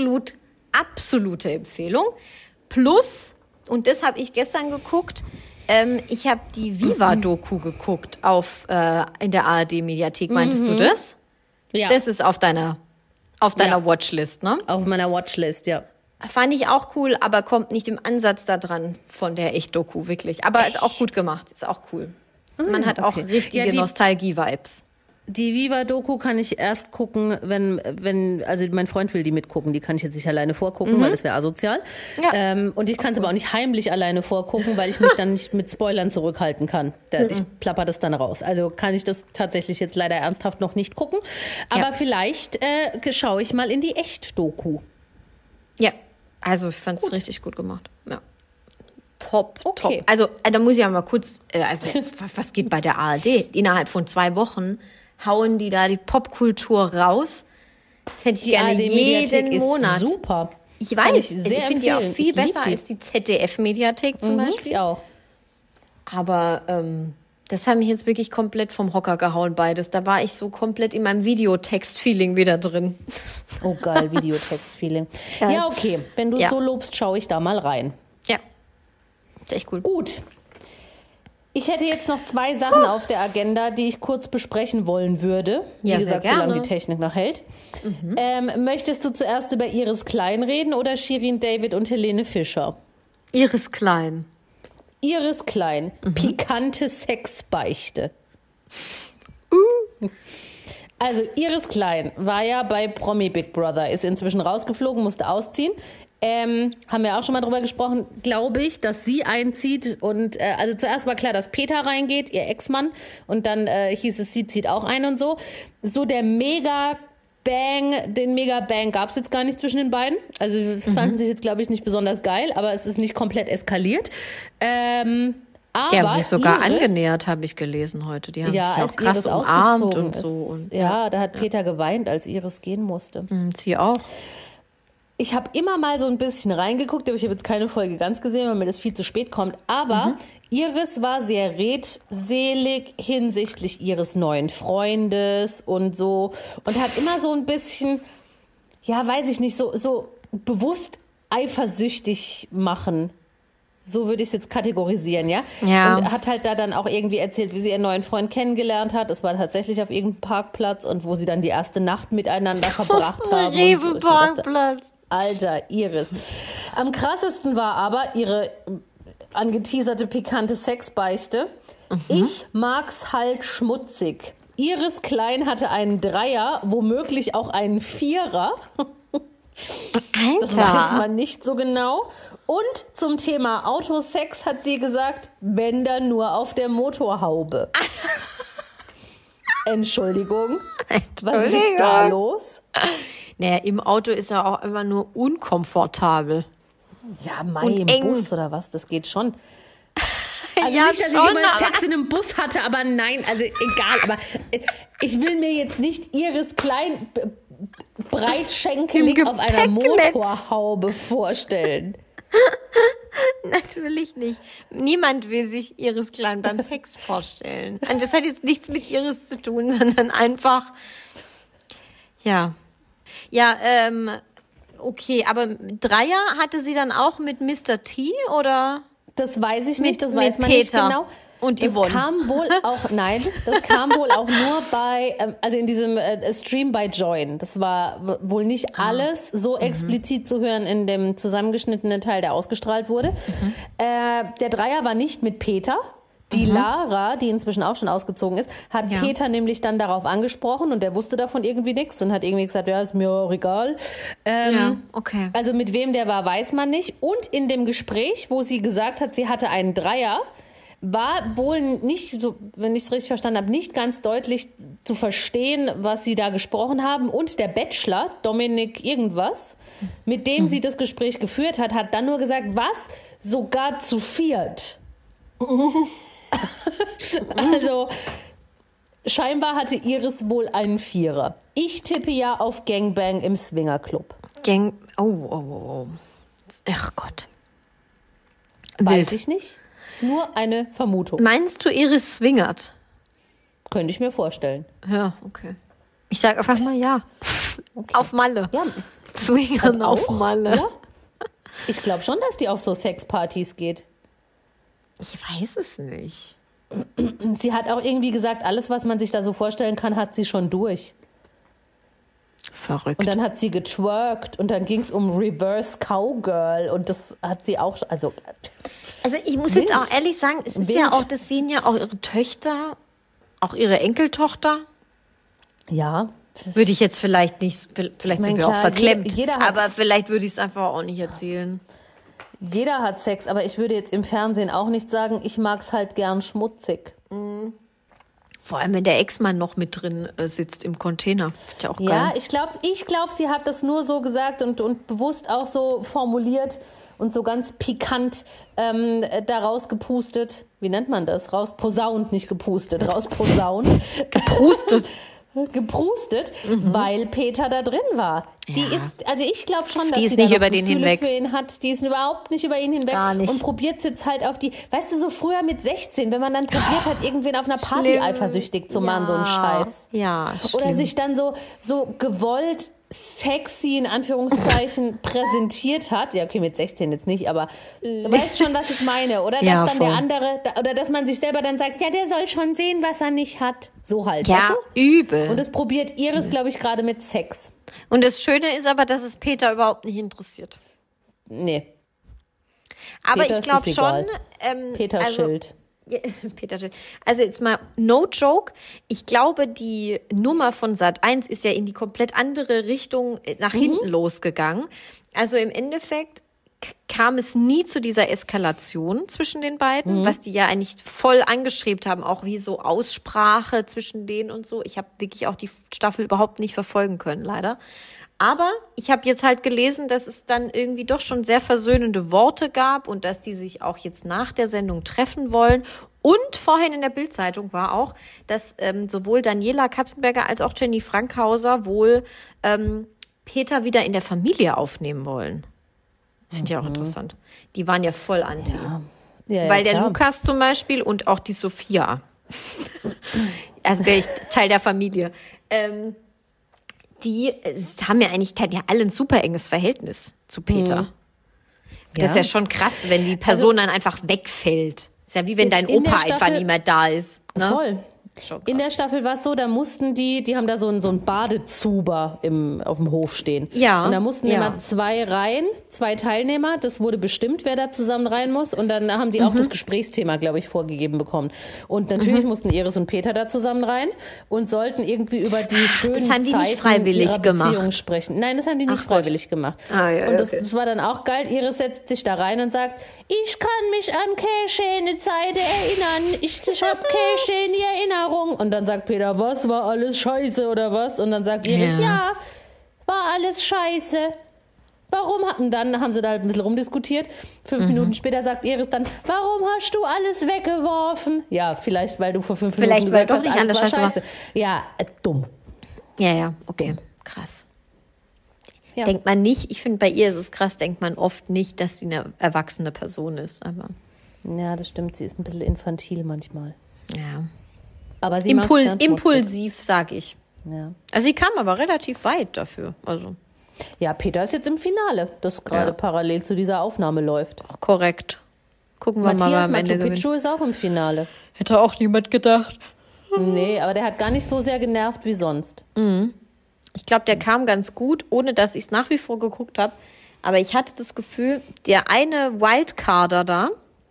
absolute Empfehlung. Plus, und das habe ich gestern geguckt, ich habe die Viva-Doku geguckt in der ARD-Mediathek. Meintest du das? Ja. Das ist auf deiner Watchlist, ne? Auf meiner Watchlist, ja. Fand ich auch cool, aber kommt nicht im Ansatz da dran von der Echt-Doku, wirklich. Aber ist auch gut gemacht, ist auch cool. Man hat auch richtige Nostalgie-Vibes. Die Viva-Doku kann ich erst gucken, also mein Freund will die mitgucken, die kann ich jetzt nicht alleine vorgucken, weil das wäre asozial. Ja. Und ich kann es aber auch nicht heimlich alleine vorgucken, weil ich mich dann nicht mit Spoilern zurückhalten kann. Ich plapper das dann raus. Also kann ich das tatsächlich jetzt leider ernsthaft noch nicht gucken. Aber vielleicht schaue ich mal in die Echt-Doku. Ja, also ich fand es richtig gut gemacht. Ja. Top. Also da muss ich ja mal kurz, was geht bei der ARD? Innerhalb von 2 Wochen hauen die da die Popkultur raus. Das hätte ich gerne jeden Monat. Ist super. Ich weiß, ich finde die auch viel besser als die ZDF-Mediathek zum Beispiel. Ich auch. Aber das hat mich jetzt wirklich komplett vom Hocker gehauen, beides. Da war ich so komplett in meinem Videotext-Feeling wieder drin. Oh geil, Videotext-Feeling. Ja, okay. Wenn du es so lobst, schaue ich da mal rein. Ja. Ist echt cool. Gut. Ich hätte jetzt noch 2 Sachen auf der Agenda, die ich kurz besprechen wollen würde. Wie gesagt, solange die Technik noch hält. Möchtest du zuerst über Iris Klein reden oder Shirin David und Helene Fischer? Iris Klein. Iris Klein, pikante Sexbeichte. Also Iris Klein war ja bei Promi Big Brother, ist inzwischen rausgeflogen, musste ausziehen. Haben wir auch schon mal drüber gesprochen, glaube ich, dass sie einzieht. Und also zuerst war klar, dass Peter reingeht, ihr Ex-Mann. Und dann hieß es, sie zieht auch ein und so. So der den Mega-Bang gab es jetzt gar nicht zwischen den beiden. Also fanden sich jetzt, glaube ich, nicht besonders geil, aber es ist nicht komplett eskaliert. Aber die haben sich sogar Iris, angenähert, habe ich gelesen heute. Die haben sich als auch krass Iris umarmt ausgezogen und so. ist. Ja, da hat Peter geweint, als Iris gehen musste. Sie auch. Ich habe immer mal so ein bisschen reingeguckt, aber ich habe jetzt keine Folge ganz gesehen, weil mir das viel zu spät kommt. Aber Iris war sehr redselig hinsichtlich ihres neuen Freundes und so. Und hat immer so ein bisschen, ja, weiß ich nicht, so bewusst eifersüchtig machen. So würde ich es jetzt kategorisieren, ja? Ja. Und hat halt da dann auch irgendwie erzählt, wie sie ihren neuen Freund kennengelernt hat. Es war tatsächlich auf irgendeinem Parkplatz und wo sie dann die erste Nacht miteinander verbracht haben. Rewe-Parkplatz. Alter, Iris. Am krassesten war aber ihre angeteaserte pikante Sexbeichte. Ich mag's halt schmutzig. Iris Klein hatte einen Dreier, womöglich auch einen Vierer. Das weiß man nicht so genau. Und zum Thema Autosex hat sie gesagt, wenn dann nur auf der Motorhaube. Entschuldigung. Was ist da los? Naja, im Auto ist er auch immer nur unkomfortabel. Ja, im Bus oder was, das geht schon. Also Ja, nicht, dass ich schon, immer aber- Sex in einem Bus hatte, aber nein, also egal. Aber ich will mir jetzt nicht Iris Klein breitschenkelig Im auf einer Gepäcknetz. Motorhaube vorstellen. Natürlich nicht. Niemand will sich Iris Klein beim Sex vorstellen. Und das hat jetzt nichts mit Iris zu tun, sondern einfach, ja. Ja, okay, aber Dreier hatte sie dann auch mit Mr. T oder? Das weiß ich nicht, das Mit weiß man nicht Peter genau. und das Yvonne. kam wohl auch, nein, das kam wohl auch nur bei, also in diesem Stream bei Join. Das war wohl nicht alles so explizit zu hören in dem zusammengeschnittenen Teil, der ausgestrahlt wurde. Der Dreier war nicht mit Peter. Die Lara, die inzwischen auch schon ausgezogen ist, hat Peter nämlich dann darauf angesprochen und der wusste davon irgendwie nichts und hat irgendwie gesagt, ja, ist mir auch egal. Ja, okay. Also mit wem der war, weiß man nicht. Und in dem Gespräch, wo sie gesagt hat, sie hatte einen Dreier, war wohl nicht, so, wenn ich es richtig verstanden habe, nicht ganz deutlich zu verstehen, was sie da gesprochen haben. Und der Bachelor, Dominik irgendwas, mit dem sie das Gespräch geführt hat, hat dann nur gesagt, was? Sogar zu viert. Also scheinbar hatte Iris wohl einen Vierer. Ich tippe ja auf Gangbang im Swingerclub. Oh. Ach Gott. Weiß ich nicht. Ist nur eine Vermutung. Meinst du, Iris swingert? Könnte ich mir vorstellen. Ja, okay. Ich sag einfach mal ja. Auf Malle. Ja, Swingern auf auch, Malle. oder? Ich glaube schon, dass die auf so Sexpartys geht. Ich weiß es nicht. Sie hat auch irgendwie gesagt, alles, was man sich da so vorstellen kann, hat sie schon durch. Verrückt. Und dann hat sie getwerkt und dann ging es um Reverse Cowgirl und das hat sie auch, also ich muss wild. jetzt auch ehrlich sagen, es ist Wild. ja auch, das sehen ja auch ihre Töchter, auch ihre Enkeltochter. ja. Würde ich jetzt vielleicht nicht, vielleicht sind wir auch klar, verklemmt, jeder hat- aber vielleicht würde ich es einfach auch nicht erzählen. Jeder hat Sex, aber ich würde jetzt im Fernsehen auch nicht sagen, ich mag's halt gern schmutzig. Vor allem, wenn der Ex-Mann noch mit drin sitzt im Container. Ist ja auch geil. Ja, ich glaub, sie hat das nur so gesagt und bewusst auch so formuliert und so ganz pikant da rausgepustet. Wie nennt man das? Rausposaunt, nicht gepustet, rausposaunt. Geprustet. Geprustet, weil Peter da drin war. Die ist, also ich glaube schon, dass Die ist sie da nicht noch über den Gefühle hinweg. für ihn hat. Die ist überhaupt nicht über ihn hinweg Gar nicht. und probiert es jetzt halt auf die, weißt du, so früher mit 16, wenn man dann probiert hat, irgendwen auf einer Party Schlimm. eifersüchtig zu machen, so ein Scheiß. Ja, Oder schlimm. sich dann so gewollt sexy in Anführungszeichen präsentiert hat. Ja, okay, mit 16 jetzt nicht, aber du weißt schon, was ich meine, oder? Dass Ja, dann voll. der andere, oder dass man sich selber dann sagt, ja, der soll schon sehen, was er nicht hat. So halt, Ja, weißt du? übel. Und das probiert Iris, glaube ich, gerade mit Sex. Und das Schöne ist aber, dass es Peter überhaupt nicht interessiert. Nee. Aber Peter ich ist glaube das schon, egal. Peter also, Schild. ja, Peter Schild. Also jetzt mal no joke. Ich glaube, die Nummer von Sat.1 ist ja in die komplett andere Richtung nach hinten losgegangen. Also im Endeffekt kam es nie zu dieser Eskalation zwischen den beiden, was die ja eigentlich voll angestrebt haben, auch wie so Aussprache zwischen denen und so. Ich habe wirklich auch die Staffel überhaupt nicht verfolgen können, leider. Aber ich habe jetzt halt gelesen, dass es dann irgendwie doch schon sehr versöhnende Worte gab und dass die sich auch jetzt nach der Sendung treffen wollen. Und vorhin in der Bild-Zeitung war auch, dass sowohl Daniela Katzenberger als auch Jenny Frankhauser wohl Peter wieder in der Familie aufnehmen wollen. Das finde ich auch interessant. Die waren ja voll anti. Ja, Weil der klar. Lukas zum Beispiel und auch die Sophia, also wäre ich Teil der Familie, die haben ja eigentlich alle ein super enges Verhältnis zu Peter. Das ist ja schon krass, wenn die Person dann einfach wegfällt. Ist ja wie wenn dein in der Opa einfach Staffel- nicht mehr da ist. Ne? Voll. Schon krass. In der Staffel war es so, da mussten die haben da so einen Badezuber auf dem Hof stehen. Ja, Und da mussten ja. immer 2 rein, 2 Teilnehmer. Das wurde bestimmt, wer da zusammen rein muss. Und dann haben die auch das Gesprächsthema, glaube ich, vorgegeben bekommen. Und natürlich mussten Iris und Peter da zusammen rein und sollten irgendwie über die schönen haben die nicht Zeiten freiwillig ihrer gemacht. Beziehung sprechen. Nein, das haben die nicht Ach Gott. freiwillig gemacht. Ah, ja, und das okay. war dann auch geil. Iris setzt sich da rein und sagt, ich kann mich an schöne Zeiten erinnern. Ich habe schöne Erinnerung. Und dann sagt Peter, was, war alles scheiße oder was? Und dann sagt Iris, ja, war alles scheiße. Warum? Und dann haben sie da halt ein bisschen rumdiskutiert. 5 Minuten später sagt Iris dann, warum hast du alles weggeworfen? Ja, vielleicht, weil du vor 5 Minuten Vielleicht, weil gesagt doch hast, nicht alles alles war scheiße scheiße. Ja, dumm. Ja, okay, krass. Ja. Denkt man nicht, ich finde, bei ihr ist es krass, denkt man oft nicht, dass sie eine erwachsene Person ist. Aber Ja, das stimmt. Sie ist ein bisschen infantil manchmal. ja. Aber sie mag's gern trotzdem. Impulsiv, sag ich. Ja. Also sie kam aber relativ weit dafür. Also Ja, Peter ist jetzt im Finale, das gerade Ja. parallel zu dieser Aufnahme läuft. auch korrekt. Gucken wir mal, wer Matthias am Ende Machu gewinnt. Picchu ist auch im Finale. Hätte auch niemand gedacht. Nee, aber der hat gar nicht so sehr genervt wie sonst. Ich glaube, der kam ganz gut, ohne dass ich es nach wie vor geguckt habe. Aber ich hatte das Gefühl, der eine Wildcarder da,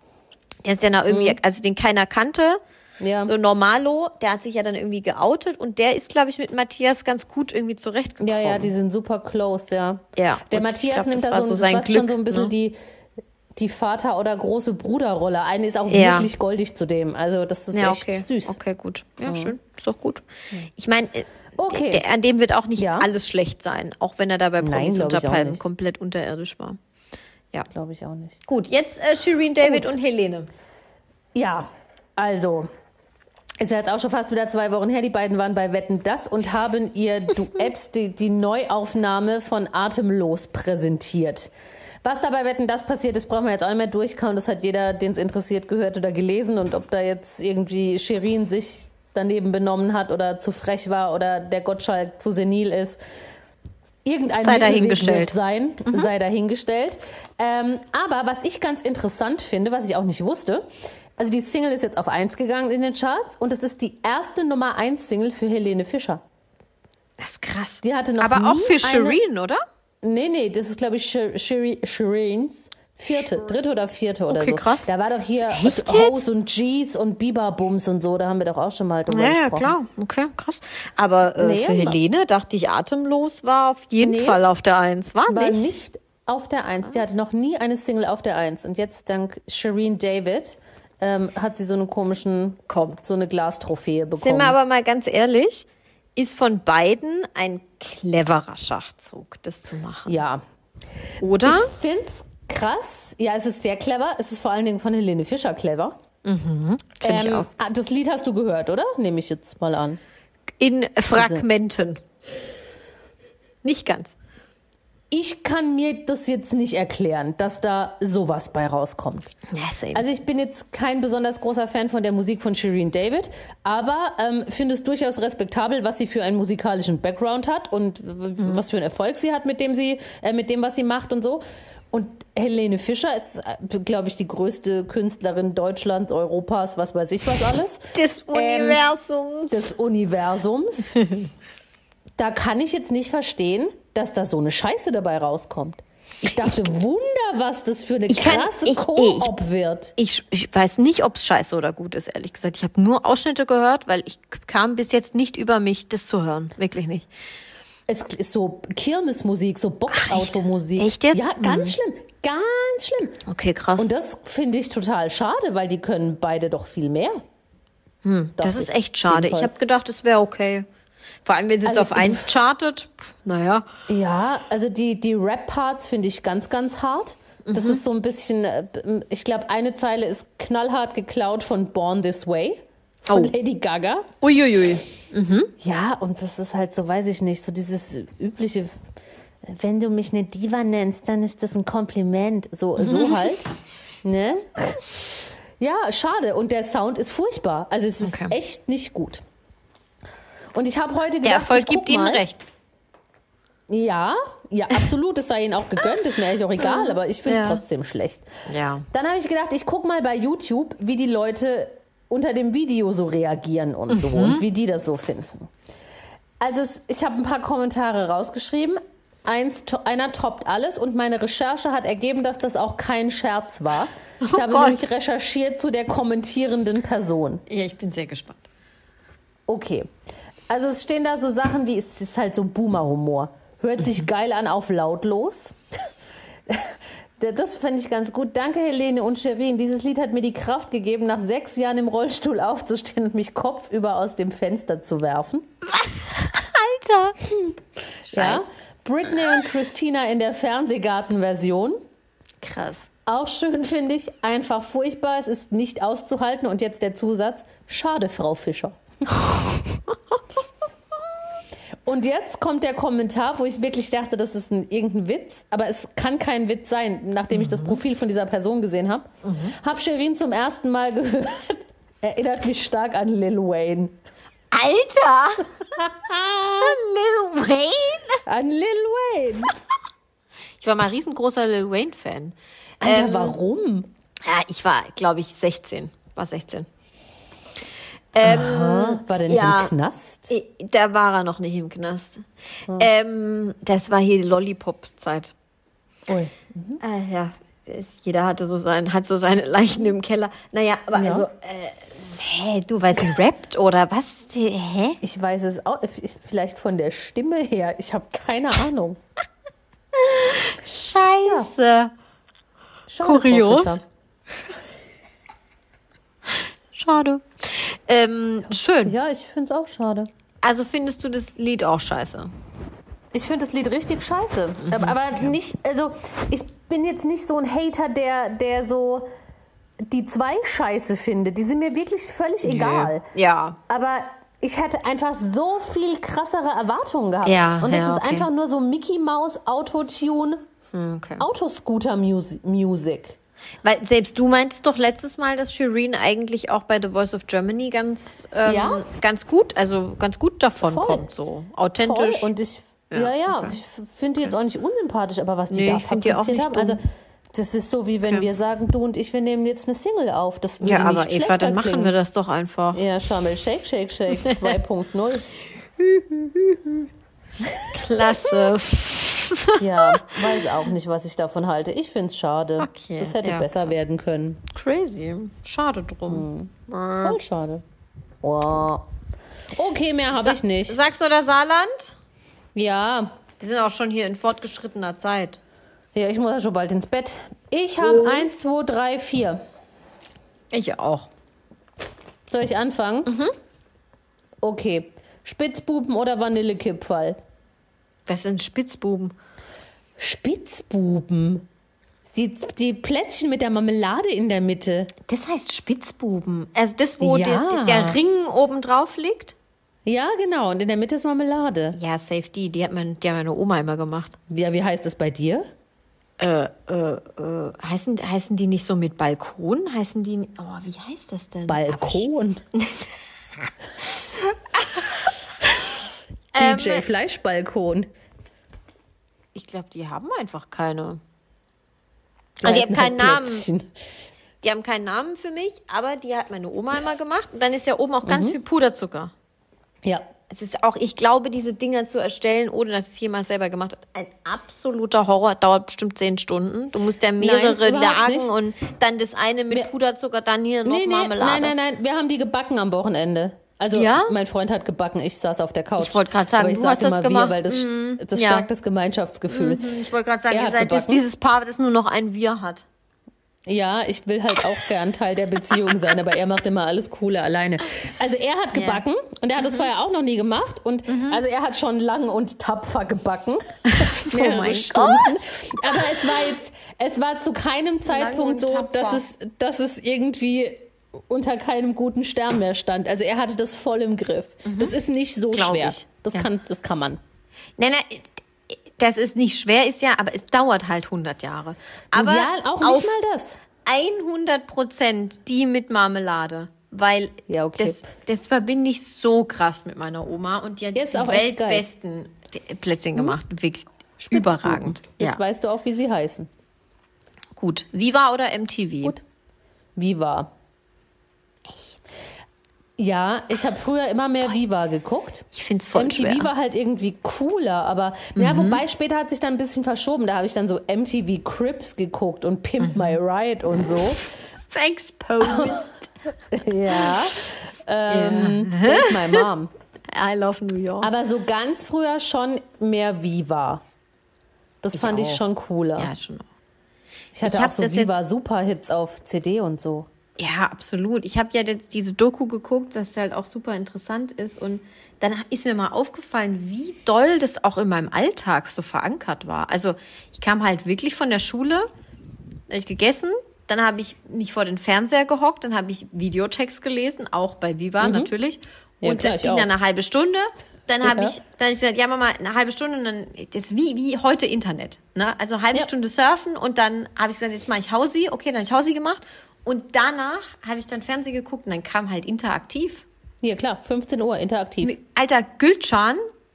der ist ja da irgendwie, also den keiner kannte, Ja. so Normalo, der hat sich ja dann irgendwie geoutet und der ist, glaube ich, mit Matthias ganz gut irgendwie zurechtgekommen. Ja, die sind super close, ja. Ja, Der und Matthias ich glaub, nimmt das da war so, so das sein war schon Glück, so ein bisschen ne? die Vater- oder große Bruderrolle. Eine ist auch Ja. wirklich goldig zu dem. Also das ist Ja, echt okay. süß. Okay, gut. Ja, schön. Ist doch gut. Ich meine, Okay. an dem wird auch nicht Ja. alles schlecht sein, auch wenn er da bei Nein, Promis glaub ich unter auch Palmen nicht. komplett unterirdisch war. Ja. Glaube ich auch nicht. Gut, jetzt Shireen David Gut. und Helene. Ja, also, ist ja jetzt auch schon fast wieder 2 Wochen her. Die beiden waren bei Wetten, das und haben ihr Duett, die Neuaufnahme von Atemlos präsentiert. Was da bei Wetten, das passiert ist, brauchen wir jetzt auch nicht mehr durchkauen. Das hat jeder, den es interessiert, gehört oder gelesen. Und ob da jetzt irgendwie Shirin sich daneben benommen hat oder zu frech war oder der Gottschalk zu senil ist, irgendein Sei Mittelweg dahingestellt. wird sein, sei dahingestellt. Aber was ich ganz interessant finde, was ich auch nicht wusste, also die Single ist jetzt auf 1 gegangen in den Charts und es ist die erste Nummer 1 Single für Helene Fischer. Das ist krass. Die hatte noch Aber auch nie für Shireen, oder? Nee, das ist, glaube ich, Shireens 3. oder 4. oder Okay, so. krass. Da war doch hier Echt Hose und G's und Biber-Bums und so, da haben wir doch auch schon mal drüber Ja, gesprochen. klar. Okay, krass. Aber Nee, für Helene dachte ich, Atemlos war auf jeden Nee. Fall auf der 1. War War nicht? nicht auf der 1. Die hatte noch nie eine Single auf der 1. Und jetzt dank Shireen David hat sie so einen komischen, so eine Glastrophäe bekommen. Sind wir aber mal ganz ehrlich, ist von beiden ein cleverer Schachzug, das zu machen. Ja. Oder? Ich find's krass. Ja, es ist sehr clever. Es ist vor allen Dingen von Helene Fischer clever. Finde ich auch. Das Lied hast du gehört, oder? Nehme ich jetzt mal an. In Fragmenten. Nicht ganz. Ich kann mir das jetzt nicht erklären, dass da sowas bei rauskommt. Ja, same. Also ich bin jetzt kein besonders großer Fan von der Musik von Shireen David, aber finde es durchaus respektabel, was sie für einen musikalischen Background hat und was für einen Erfolg sie hat mit dem, was sie macht und so. Und Helene Fischer ist, glaube ich, die größte Künstlerin Deutschlands, Europas, was weiß ich was alles. Des Universums. Des Universums. Da kann ich jetzt nicht verstehen, dass da so eine Scheiße dabei rauskommt. Ich dachte, Wunder, was das für eine kann- krasse ich- Koop wird. Ich weiß nicht, ob es scheiße oder gut ist, ehrlich gesagt. Ich habe nur Ausschnitte gehört, weil ich kam bis jetzt nicht über mich, das zu hören. Wirklich nicht. Es ist so Kirmesmusik, so Boxautomusik. Echt jetzt? Ja, ganz schlimm. Ganz schlimm. Okay, krass. Und das finde ich total schade, weil die können beide doch viel mehr. Das ist echt schade. Ich habe gedacht, es wäre okay. Vor allem, wenn es jetzt Also, auf 1 chartet. Naja. Ja, also die Rap-Parts finde ich ganz, ganz hart. Das ist so ein bisschen, ich glaube, eine Zeile ist knallhart geklaut von Born This Way von Lady Gaga. Uiuiui. Ja, und das ist halt so, weiß ich nicht, so dieses übliche, wenn du mich eine Diva nennst, dann ist das ein Kompliment. So halt, ne? Ja, schade. Und der Sound ist furchtbar. Also es ist echt nicht gut. Und ich habe heute gedacht, Der Erfolg ich guck gibt ihnen mal. recht. Ja, absolut. Es sei ihnen auch gegönnt, ist mir eigentlich auch egal, aber ich finde es trotzdem schlecht. Ja. Dann habe ich gedacht, ich gucke mal bei YouTube, wie die Leute unter dem Video so reagieren und so und wie die das so finden. Also ich habe ein paar Kommentare rausgeschrieben. Einer toppt alles und meine Recherche hat ergeben, dass das auch kein Scherz war. Ich habe nämlich recherchiert zu der kommentierenden Person. Ja, ich bin sehr gespannt. Okay. Also es stehen da so Sachen wie, es ist halt so Boomer-Humor. Hört sich geil an auf lautlos. Das fände ich ganz gut. Danke, Helene und Sherin. Dieses Lied hat mir die Kraft gegeben, nach 6 Jahren im Rollstuhl aufzustehen und mich kopfüber aus dem Fenster zu werfen. Alter. Ja. Britney und Christina in der Fernsehgarten-Version. Krass. Auch schön finde ich. Einfach furchtbar. Es ist nicht auszuhalten. Und jetzt der Zusatz. Schade, Frau Fischer. Und jetzt kommt der Kommentar, wo ich wirklich dachte, das ist irgendein Witz, aber es kann kein Witz sein, nachdem ich das Profil von dieser Person gesehen habe. Hab Sherin zum ersten Mal gehört. Erinnert mich stark an Lil Wayne. Alter! Lil Wayne? An Lil Wayne. Ich war mal riesengroßer Lil Wayne-Fan. Alter, warum? Ja, ich war, glaube ich, 16. War 16. War der nicht im Knast? Da war er noch nicht im Knast. Das war hier die Lollipop-Zeit. Ui. Ja, jeder hat so seine Leichen im Keller. Naja, aber also, du weißt, sie rappt oder was? Hä? Ich weiß es auch, vielleicht von der Stimme her. Ich habe keine Ahnung. Scheiße. Schade, Kurios. Frau Fischer. Schade. Schön. Ja, ich finde es auch schade. Also findest du das Lied auch scheiße? Ich finde das Lied richtig scheiße. Aber nicht, also ich bin jetzt nicht so ein Hater, der so die 2 scheiße findet. Die sind mir wirklich völlig egal. Ja. Aber ich hätte einfach so viel krassere Erwartungen gehabt. Ja, und es ja, ist okay. einfach nur so Mickey Mouse Autotune Autoscooter Music. Weil selbst du meintest doch letztes Mal, dass Sherin eigentlich auch bei The Voice of Germany ganz gut davon Voll. kommt, so authentisch. Voll. Und ich okay. ich finde die jetzt auch nicht unsympathisch, aber was die da ich find die auch fabriziert nicht haben, dumm. also das ist so, wie wenn wir sagen, du und ich, wir nehmen jetzt eine Single auf. Das würde Ja, aber nicht Eva, schlechter dann machen klingen. wir das doch einfach. Ja, Charmel Shake, Shake, Shake 2.0. Klasse. Ja, weiß auch nicht, was ich davon halte. Ich finde es schade. Okay, Das hätte ja. besser werden können. Crazy. Schade drum. Voll schade. Wow. Okay, mehr habe ich nicht. Sagst du das Saarland? Ja. Wir sind auch schon hier in fortgeschrittener Zeit. Ja, ich muss ja schon bald ins Bett. Ich habe 1, 2, 3, 4. Ich auch. Soll ich anfangen? Okay. Spitzbuben oder Vanillekipferl? Was sind Spitzbuben? Spitzbuben? Die Plätzchen mit der Marmelade in der Mitte. Das heißt Spitzbuben. Also das, wo Ja. der Ring oben drauf liegt? Ja, genau. Und in der Mitte ist Marmelade. Ja, Safety. Die hat meine Oma immer gemacht. Ja, wie heißt das bei dir? Heißen die nicht so mit Balkon? Heißen die... Oh, wie heißt das denn? Balkon. DJ Fleischbalkon. Ich glaube, die haben einfach keine. Die Also die heißen haben keinen halt Namen. Plätzchen. Die haben keinen Namen für mich, aber die hat meine Oma immer gemacht. Und dann ist ja oben auch ganz viel Puderzucker. Ja. es ist auch, ich glaube, diese Dinger zu erstellen, ohne dass ich es jemals selber gemacht habe, ein absoluter Horror. Dauert bestimmt 10 Stunden. Du musst ja mehrere Lagen nicht. und dann das eine mit Puderzucker, dann hier noch Marmelade. Nein. Wir haben die gebacken am Wochenende. Also Ja? mein Freund hat gebacken, ich saß auf der Couch. Ich wollte gerade sagen, aber ich du sag hast das immer gemacht. Wir, weil das Ja. stärkt das Gemeinschaftsgefühl. Ich wollte gerade sagen, Er ihr hat seid jetzt gebacken. dieses Paar, das nur noch ein Wir hat. Ja, ich will halt auch gern Teil der Beziehung sein, aber er macht immer alles Coole alleine. Also er hat gebacken und er hat das vorher auch noch nie gemacht und also er hat schon lang und tapfer gebacken. Mehrere mein Stunden. Aber es war zu keinem Zeitpunkt und so, tapfer. dass es irgendwie unter keinem guten Stern mehr stand. Also er hatte das voll im Griff. Das ist nicht so Glaub schwer. ich. Das kann man. Nein, das ist nicht schwer, ist ja, aber es dauert halt 100 Jahre. Aber ja, auch nicht mal das. 100% die mit Marmelade. Weil Ja, okay. das verbinde ich so krass mit meiner Oma und die hat Ist die auch echt geil. weltbesten Plätzchen gemacht. Wirklich überragend. Jetzt Ja, weißt du auch, wie sie heißen. gut. Viva oder MTV? Gut. Viva. Ja, ich habe früher immer mehr Viva geguckt. Ich find's voll MTV schwer. war halt irgendwie cooler, aber ja, wobei später hat sich dann ein bisschen verschoben. Da habe ich dann so MTV Cribs geguckt und Pimp My Ride und so. Exposed. Ja. Thank my mom. I love New York. Aber so ganz früher schon mehr Viva. Das fand ich auch. schon cooler. Ja, schon. Ich hatte Ich auch hab so das Viva jetzt- Superhits auf CD und so. Ja, absolut. Ich habe ja jetzt diese Doku geguckt, das halt auch super interessant ist. Und dann ist mir mal aufgefallen, wie doll das auch in meinem Alltag so verankert war. Also ich kam halt wirklich von der Schule, hab ich gegessen, dann habe ich mich vor den Fernseher gehockt, dann habe ich Videotext gelesen, auch bei Viva natürlich. Ja, Und klar, das ich ging auch. dann eine halbe Stunde. Dann habe Ja. ich gesagt, ja Mama, eine halbe Stunde und dann, das ist wie heute Internet. Ne? Also eine halbe Ja. Stunde surfen und dann habe ich gesagt, jetzt mache ich Hausi. Okay, dann habe ich Hausi gemacht. Und danach habe ich dann Fernsehen geguckt und dann kam halt interaktiv. Ja, klar, 15 Uhr, interaktiv. Alter, Gülcan,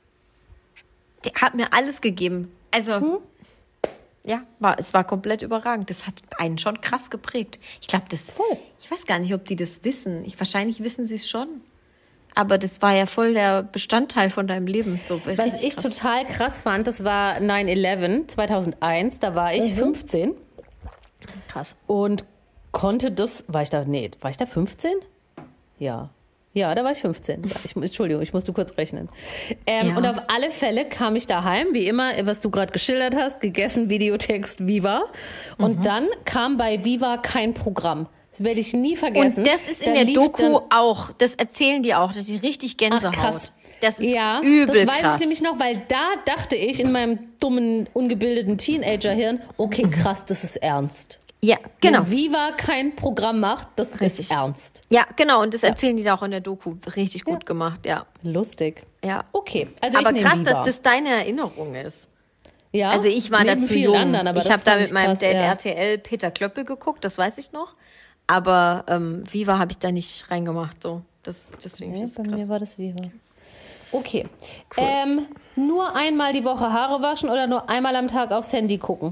der hat mir alles gegeben. Also, ja, es war komplett überragend. Das hat einen schon krass geprägt. Ich glaube, Voll. ich weiß gar nicht, ob die das wissen. Wahrscheinlich wissen sie es schon. Aber das war ja voll der Bestandteil von deinem Leben. So, Was richtig ich krass. total krass fand, das war 9/11 2001, da war ich 15 krass. und konnte das, war ich da 15? Ja. Ja, da war ich 15. Ja, Entschuldigung, ich musste kurz rechnen. Ja. Und auf alle Fälle kam ich daheim, wie immer, was du gerade geschildert hast, gegessen, Videotext, Viva. Und dann kam bei Viva kein Programm. Das werde ich nie vergessen. Und das ist in Da der lief Doku dann- auch. Das erzählen die auch. Das ist richtig Gänsehaut. krass. Das ist Ja, übel das weiß krass. ich nämlich noch, weil da dachte ich in meinem dummen, ungebildeten Teenager-Hirn, okay, krass, das ist ernst. Ja, genau. Wenn Viva kein Programm macht, das Richtig. ist ernst. Ja, genau. Und das erzählen die da auch in der Doku. Richtig gut gemacht, ja. Lustig. Ja. Okay, also Aber ich nehme krass, Viva. dass das deine Erinnerung ist. Ja, Also ich war da neben zu vielen jung. anderen, aber Ich das habe da fand mit ich meinem krass, Dad ja. RTL Peter Klöppel geguckt, das weiß ich noch. Aber Viva habe ich da nicht reingemacht. So. Deswegen Ja, ist das bei mir krass. war das Viva. Okay. Nur einmal die Woche Haare waschen oder nur einmal am Tag aufs Handy gucken?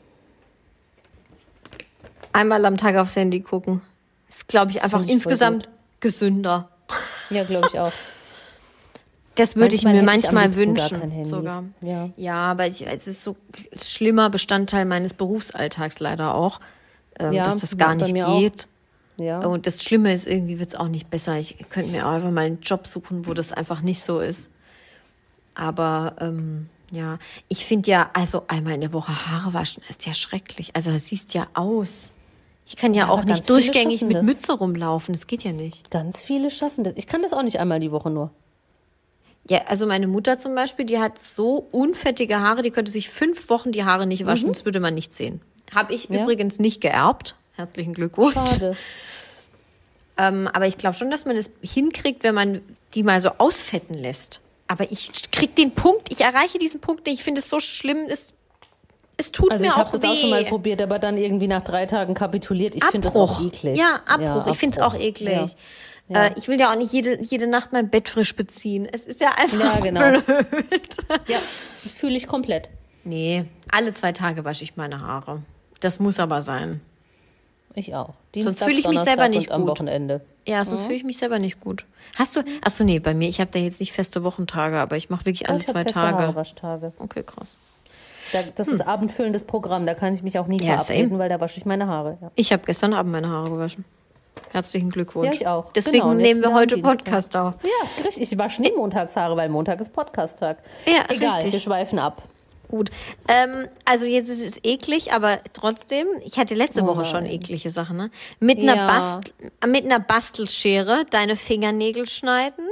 Einmal am Tag aufs Handy gucken. Ist, glaube ich, Das einfach find ich voll insgesamt gesünder. Ja, glaube ich auch. Das würde ich Manchmal mir hätte ich am manchmal liebsten gar wünschen. kein Handy. Sogar. Ja. Aber es ist so ein schlimmer Bestandteil meines Berufsalltags leider auch, Ja, dass das gar bei nicht mir auch. geht. Ja. Und das Schlimme ist, irgendwie wird es auch nicht besser. Ich könnte mir auch einfach mal einen Job suchen, wo das einfach nicht so ist. Aber ja, ich finde ja, also einmal in der Woche Haare waschen ist ja schrecklich. Also das siehst ja aus. Ich kann ja auch aber ganz nicht viele durchgängig schaffen mit das. Mütze rumlaufen. Das geht ja nicht. Ganz viele schaffen das. Ich kann das auch nicht einmal die Woche nur. Ja, also meine Mutter zum Beispiel, die hat so unfettige Haare, die könnte sich 5 Wochen die Haare nicht waschen, das würde man nicht sehen. Habe ich Ja. übrigens nicht geerbt. Herzlichen Glückwunsch. Schade. Aber ich glaube schon, dass man es hinkriegt, wenn man die mal so ausfetten lässt. Aber ich krieg den Punkt, ich erreiche diesen Punkt nicht. Ich finde es so schlimm, es tut Also mir ich auch habe weh. das auch schon mal probiert, aber dann irgendwie nach 3 Tagen kapituliert. Ich finde das auch eklig. Ja, Abbruch. Ich finde es auch Abbruch. eklig. Ja. Ich will ja auch nicht jede Nacht mein Bett frisch beziehen. Es ist ja einfach Ja, genau. blöd. Ja, fühle ich komplett. Nee, alle 2 Tage wasche ich meine Haare. Das muss aber sein. Ich auch. Sonst fühle ich mich selber nicht und am gut. Wochenende. Ja, sonst fühle ich mich selber nicht gut. Hast du, achso, nee, bei mir, ich habe da jetzt nicht feste Wochentage, aber ich mache wirklich alle Ich hab 2 feste Tage. Haarwaschtage. Okay, krass. Das ist abendfüllendes Programm, da kann ich mich auch nie Ja, verabreden, same. weil da wasche ich meine Haare. Ja. Ich habe gestern Abend meine Haare gewaschen. Herzlichen Glückwunsch. Ja, ich auch. Deswegen Genau, und jetzt nehmen wir wieder am heute Dienstag. Podcast auf. Ja, richtig. Ich wasche nie montags Haare, weil Montag ist Podcast-Tag. Ja, Egal, richtig. wir schweifen ab. Gut. Also jetzt ist es eklig, aber trotzdem, ich hatte letzte Woche schon eklige Sachen, ne? Mit einer Bastelschere deine Fingernägel schneiden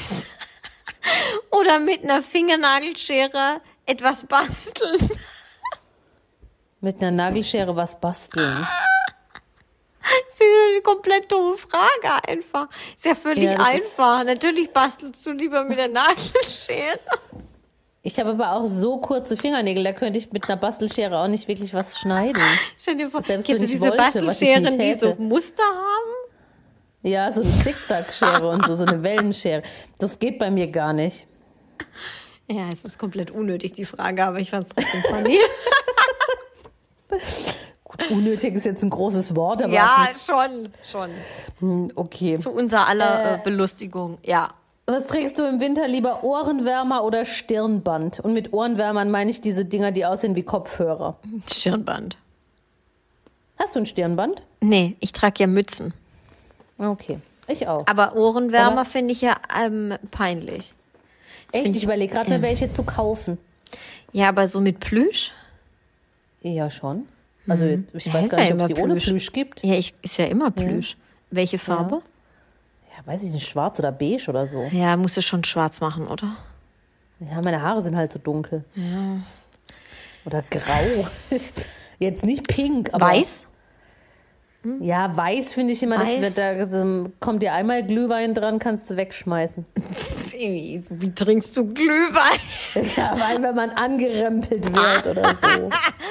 oder mit einer Fingernagelschere etwas basteln. Mit einer Nagelschere was basteln. Das ist eine komplett dumme Frage einfach. Ist ja völlig Ja, das einfach. Natürlich bastelst du lieber mit der Nagelschere. Ich habe aber auch so kurze Fingernägel, da könnte ich mit einer Bastelschere auch nicht wirklich was schneiden. Stell dir vor, Selbst kennst du wenn ich diese wollte, was ich Bastelscheren, nie die so täte. Muster haben? Ja, so eine Zickzackschere und so eine Wellenschere. Das geht bei mir gar nicht. Ja, es ist komplett unnötig, die Frage, aber ich fand es trotzdem funny. Gut, unnötig ist jetzt ein großes Wort, aber Ja, das- schon. okay. Zu unser aller Belustigung, ja. Was trägst du im Winter lieber, Ohrenwärmer oder Stirnband? Und mit Ohrenwärmern meine ich diese Dinger, die aussehen wie Kopfhörer. Stirnband. Hast du ein Stirnband? Nee, ich trage ja Mützen. Okay, ich auch. Aber Ohrenwärmer Aber- finde ich ja peinlich. Echt, ich überlege gerade mal, welche zu kaufen. Ja, aber so mit Plüsch? Ja, schon. Also ich Ja, weiß ist gar ja nicht, ob es immer die ohne Plüsch. Plüsch gibt. Ja, ist ja immer Plüsch. Welche Farbe? Ja, weiß ich nicht, schwarz oder beige oder so. Ja, musst du schon schwarz machen, oder? Ja, meine Haare sind halt so dunkel. Ja. Oder grau. Jetzt nicht pink, aber... Weiß? Ja, weiß finde ich immer, Weiß. da kommt dir einmal Glühwein dran, kannst du wegschmeißen. Wie trinkst du Glühwein? Ja, weil wenn man angerempelt wird oder so.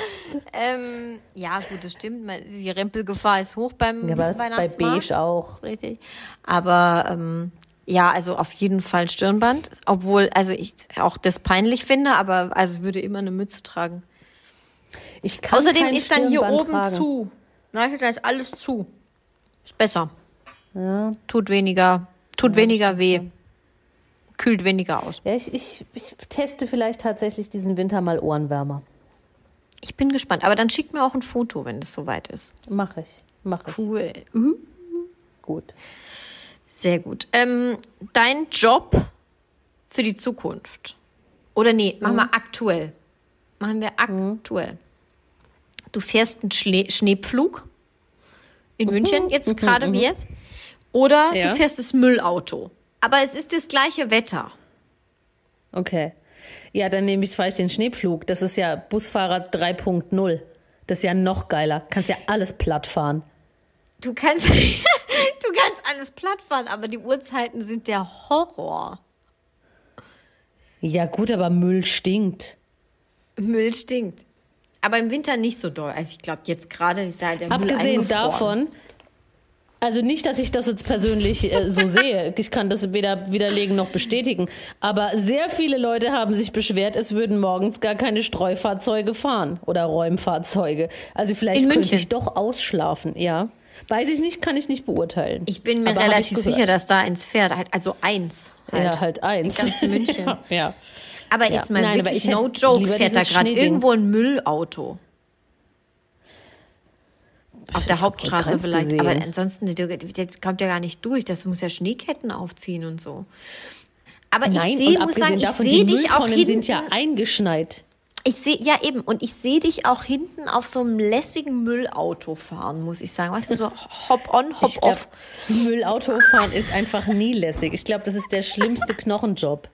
Ja, gut, das stimmt. Die Rempelgefahr ist hoch beim Ja, aber das ist bei Weihnachtsmarkt. beige auch. Das ist richtig. Aber ja, also auf jeden Fall Stirnband. Obwohl, also ich auch das peinlich finde, aber also ich würde immer eine Mütze tragen. Ich kann Außerdem kein ist dann hier Stirnband oben tragen. zu. Na, da ist alles zu. Ist besser. Tut weniger weh. Kühlt weniger aus. Ja, ich teste vielleicht tatsächlich diesen Winter mal Ohrenwärmer. Ich bin gespannt. Aber dann schickt mir auch ein Foto, wenn es soweit ist. Mach ich. Cool. Gut. Sehr gut. Dein Job für die Zukunft. Oder nee, machen wir aktuell. Machen wir aktuell. Du fährst einen Schneepflug in München, jetzt gerade wie jetzt. Oder Ja. du fährst das Müllauto. Aber es ist das gleiche Wetter. Okay. Ja, dann fahre ich den Schneepflug. Das ist ja Busfahrer 3.0. Das ist ja noch geiler. Kannst ja alles platt fahren. Du kannst, du kannst alles platt fahren, aber die Uhrzeiten sind der Horror. Ja gut, aber Müll stinkt. Müll stinkt. Aber im Winter nicht so doll. Also ich glaube, jetzt gerade ist ja der Müll Abgesehen eingefroren. davon, also nicht, dass ich das jetzt persönlich so sehe. Ich kann das weder widerlegen noch bestätigen. Aber sehr viele Leute haben sich beschwert, es würden morgens gar keine Streufahrzeuge fahren oder Räumfahrzeuge. Also vielleicht In könnte München? ich doch ausschlafen, ja. Weiß ich nicht, kann ich nicht beurteilen. Ich bin mir Aber hab relativ ich gehört. sicher, dass da eins fährt. Also eins. Halt. Ja, halt eins. In ganz München. ja. Aber Ja. jetzt mal Nein, aber wirklich, ich hätte no joke, lieber fährt da dieses gerade Schneeding. irgendwo ein Müllauto. Auf der Ich hab Hauptstraße keins vielleicht. gesehen. Aber ansonsten, jetzt kommt ja gar nicht durch. Das muss ja Schneeketten aufziehen und so. Aber Nein, ich sehe, und muss sagen, abgesehen ich davon, sehe die dich auch Mülltonnen hinten. sind ja eingeschneit. Ich sehe, ja eben, und ich sehe dich auch hinten auf so einem lässigen Müllauto fahren, muss ich sagen. Weißt du, so hop-on, hop-off. Müllautofahren ist einfach nie lässig. Ich glaube, das ist der schlimmste Knochenjob.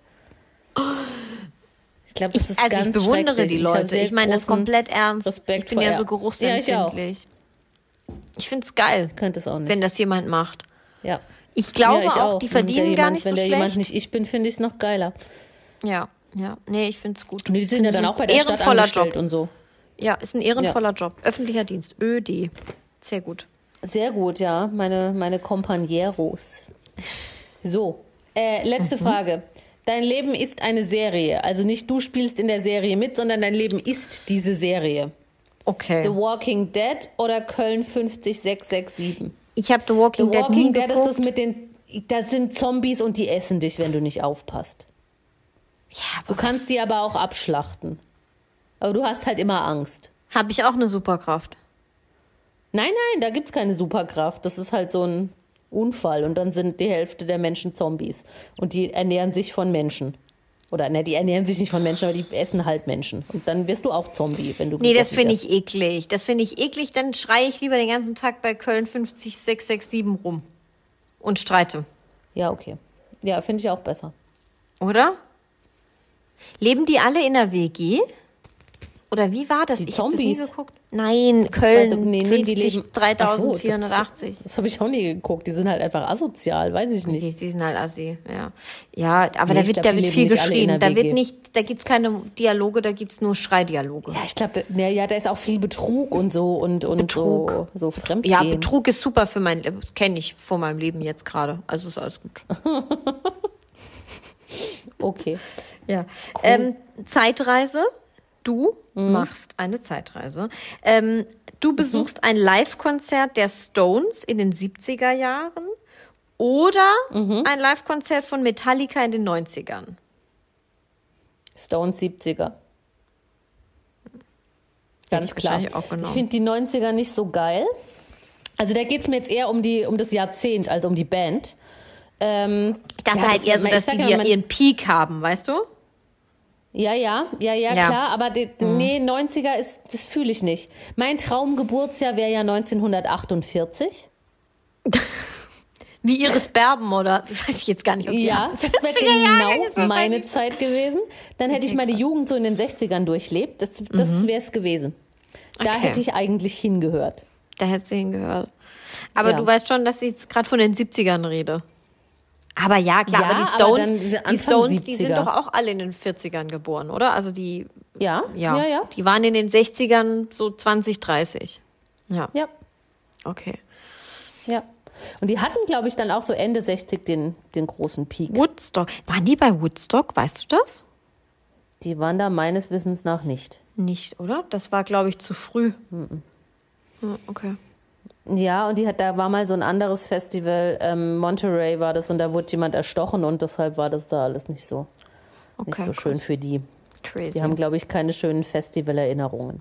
Ich glaube, das ist Also ich ganz bewundere schrecklich. die Ich habe Leute. sehr Ich meine das großen komplett ernst. Respekt Ich bin vor- ja ja. so Ja, geruchsempfindlich. Ich finde es geil, Könnte es auch nicht. wenn das jemand macht. Ja. Ich glaube Ja, ich auch, die Wenn verdienen der gar jemand- nicht so Wenn der jemand schlecht. nicht ich bin, finde ich es noch geiler. Ja. Nee, ich finde es gut. Und die sind ja dann auch bei der Stadt ehrenvoller angestellt Job. und so. Ja, ist ein ehrenvoller Job. Öffentlicher Dienst. ÖD. Sehr gut. Sehr gut, ja. Meine Compañeros. So, letzte Frage. Dein Leben ist eine Serie. Also nicht du spielst in der Serie mit, sondern dein Leben ist diese Serie. Okay. The Walking Dead oder Köln 50667? Ich habe The Walking Dead nie geguckt. ist das mit den... Das sind Zombies und die essen dich, wenn du nicht aufpasst. Ja, Du kannst die aber auch abschlachten. Aber du hast halt immer Angst. Habe ich auch eine Superkraft? Nein, da gibt's keine Superkraft. Das ist halt so ein Unfall. Und dann sind die Hälfte der Menschen Zombies. Und die ernähren sich von Menschen. Oder, ne, die ernähren sich nicht von Menschen, aber die essen halt Menschen. Und dann wirst du auch Zombie, wenn du... Nee, das finde ich eklig. Dann schreie ich lieber den ganzen Tag bei Köln 50667 rum. Und streite. Ja, okay. Ja, finde ich auch besser. Oder? Leben die alle in der WG? Oder wie war das? Die Ich habe das nie Zombies? geguckt. Nein, Köln die 50 leben... 3480. Das habe ich auch nie geguckt. Die sind halt einfach asozial, weiß ich nicht. Die sind halt assi, ja. Ja, aber Nee, da wird die viel leben nicht alle in geschrien. der WG. Da gibt's keine Dialoge, da gibt's nur Schreidialoge. Ja, ich glaube, da ist auch viel Betrug und so und Betrug. so Fremdgehen. Ja, Betrug ist super für mein Leben. Kenne ich vor meinem Leben jetzt gerade. Also ist alles gut. Okay. Ja. Zeitreise. Du machst eine Zeitreise. Du besuchst ein Live-Konzert der Stones in den 70er Jahren oder ein Live-Konzert von Metallica in den 90ern. Stones 70er. Ganz klar. Auch genommen. Ich finde die 90er nicht so geil. Also da geht es mir jetzt eher um das Jahrzehnt, also um die Band. Ich dachte halt eher so, dass die ihren Peak haben, weißt du? Ja, klar, aber nee, 90er das fühle ich nicht. Mein Traumgeburtsjahr wäre ja 1948. Wie Iris Berben, oder? Weiß ich jetzt gar nicht, ob die Ja, das wäre genau meine Zeit gewesen. Dann hätte ich meine Jugend so in den 60ern durchlebt. Das wäre es gewesen. Da hätte ich eigentlich hingehört. Da hättest du hingehört. Aber Ja. du weißt schon, dass ich jetzt gerade von den 70ern rede. Aber ja, klar, Ja, aber aber dann die Anfang Stones, die 70er. sind doch auch alle in den 40ern geboren, oder? Also die, Ja. die waren in den 60ern so 20, 30. Ja, Ja, okay. ja. Und die hatten, glaube ich, dann auch so Ende 60 den großen Peak. Woodstock. Waren die bei Woodstock? Weißt du das? Die waren da meines Wissens nach nicht. Nicht, oder? Das war, glaube ich, zu früh. Ja, okay. Ja, und da war mal so ein anderes Festival, Monterey war das, und da wurde jemand erstochen und deshalb war das da alles nicht so Okay, schön krass. für die. Crazy. Die haben, glaube ich, keine schönen Festivalerinnerungen.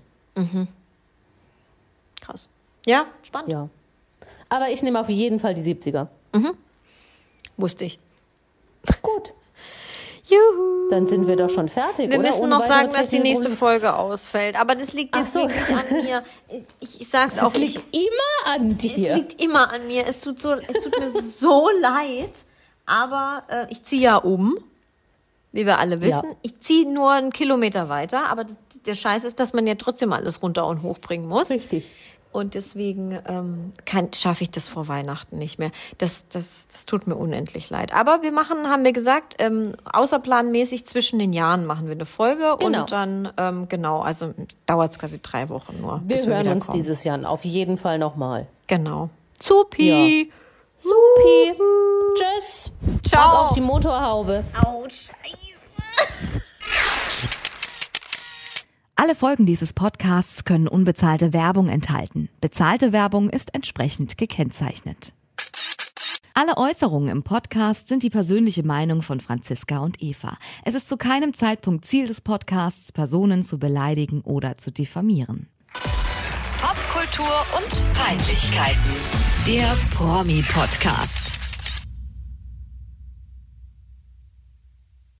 Krass. Ja, spannend. Ja. Aber ich nehme auf jeden Fall die 70er. Wusste ich. Gut, Juhu. dann sind wir doch schon fertig, Wir oder? müssen Ohne noch weitere sagen, dass die technische nächste Probleme. Folge ausfällt. Aber das liegt Ach jetzt so. wirklich an mir. Ich sag's auch. Das liegt immer an Es dir. liegt immer an mir. Es tut mir so leid. Aber ich ziehe ja um, wie wir alle wissen. Ja. Ich ziehe nur einen Kilometer weiter. Aber der Scheiß ist, dass man ja trotzdem alles runter und hoch bringen muss. Richtig. Und deswegen schaffe ich das vor Weihnachten nicht mehr. Das tut mir unendlich leid. Aber haben wir gesagt, außerplanmäßig zwischen den Jahren machen wir eine Folge. Genau. Und dann, also dauert es quasi 3 Wochen nur. Wir bis hören uns wiederkommen. dieses Jahr auf jeden Fall nochmal. Genau. Supi. Supi. Tschüss. Ciao. Ab auf die Motorhaube. Autsch. Alle Folgen dieses Podcasts können unbezahlte Werbung enthalten. Bezahlte Werbung ist entsprechend gekennzeichnet. Alle Äußerungen im Podcast sind die persönliche Meinung von Franziska und Eva. Es ist zu keinem Zeitpunkt Ziel des Podcasts, Personen zu beleidigen oder zu diffamieren. Popkultur und Peinlichkeiten. Der Promi-Podcast.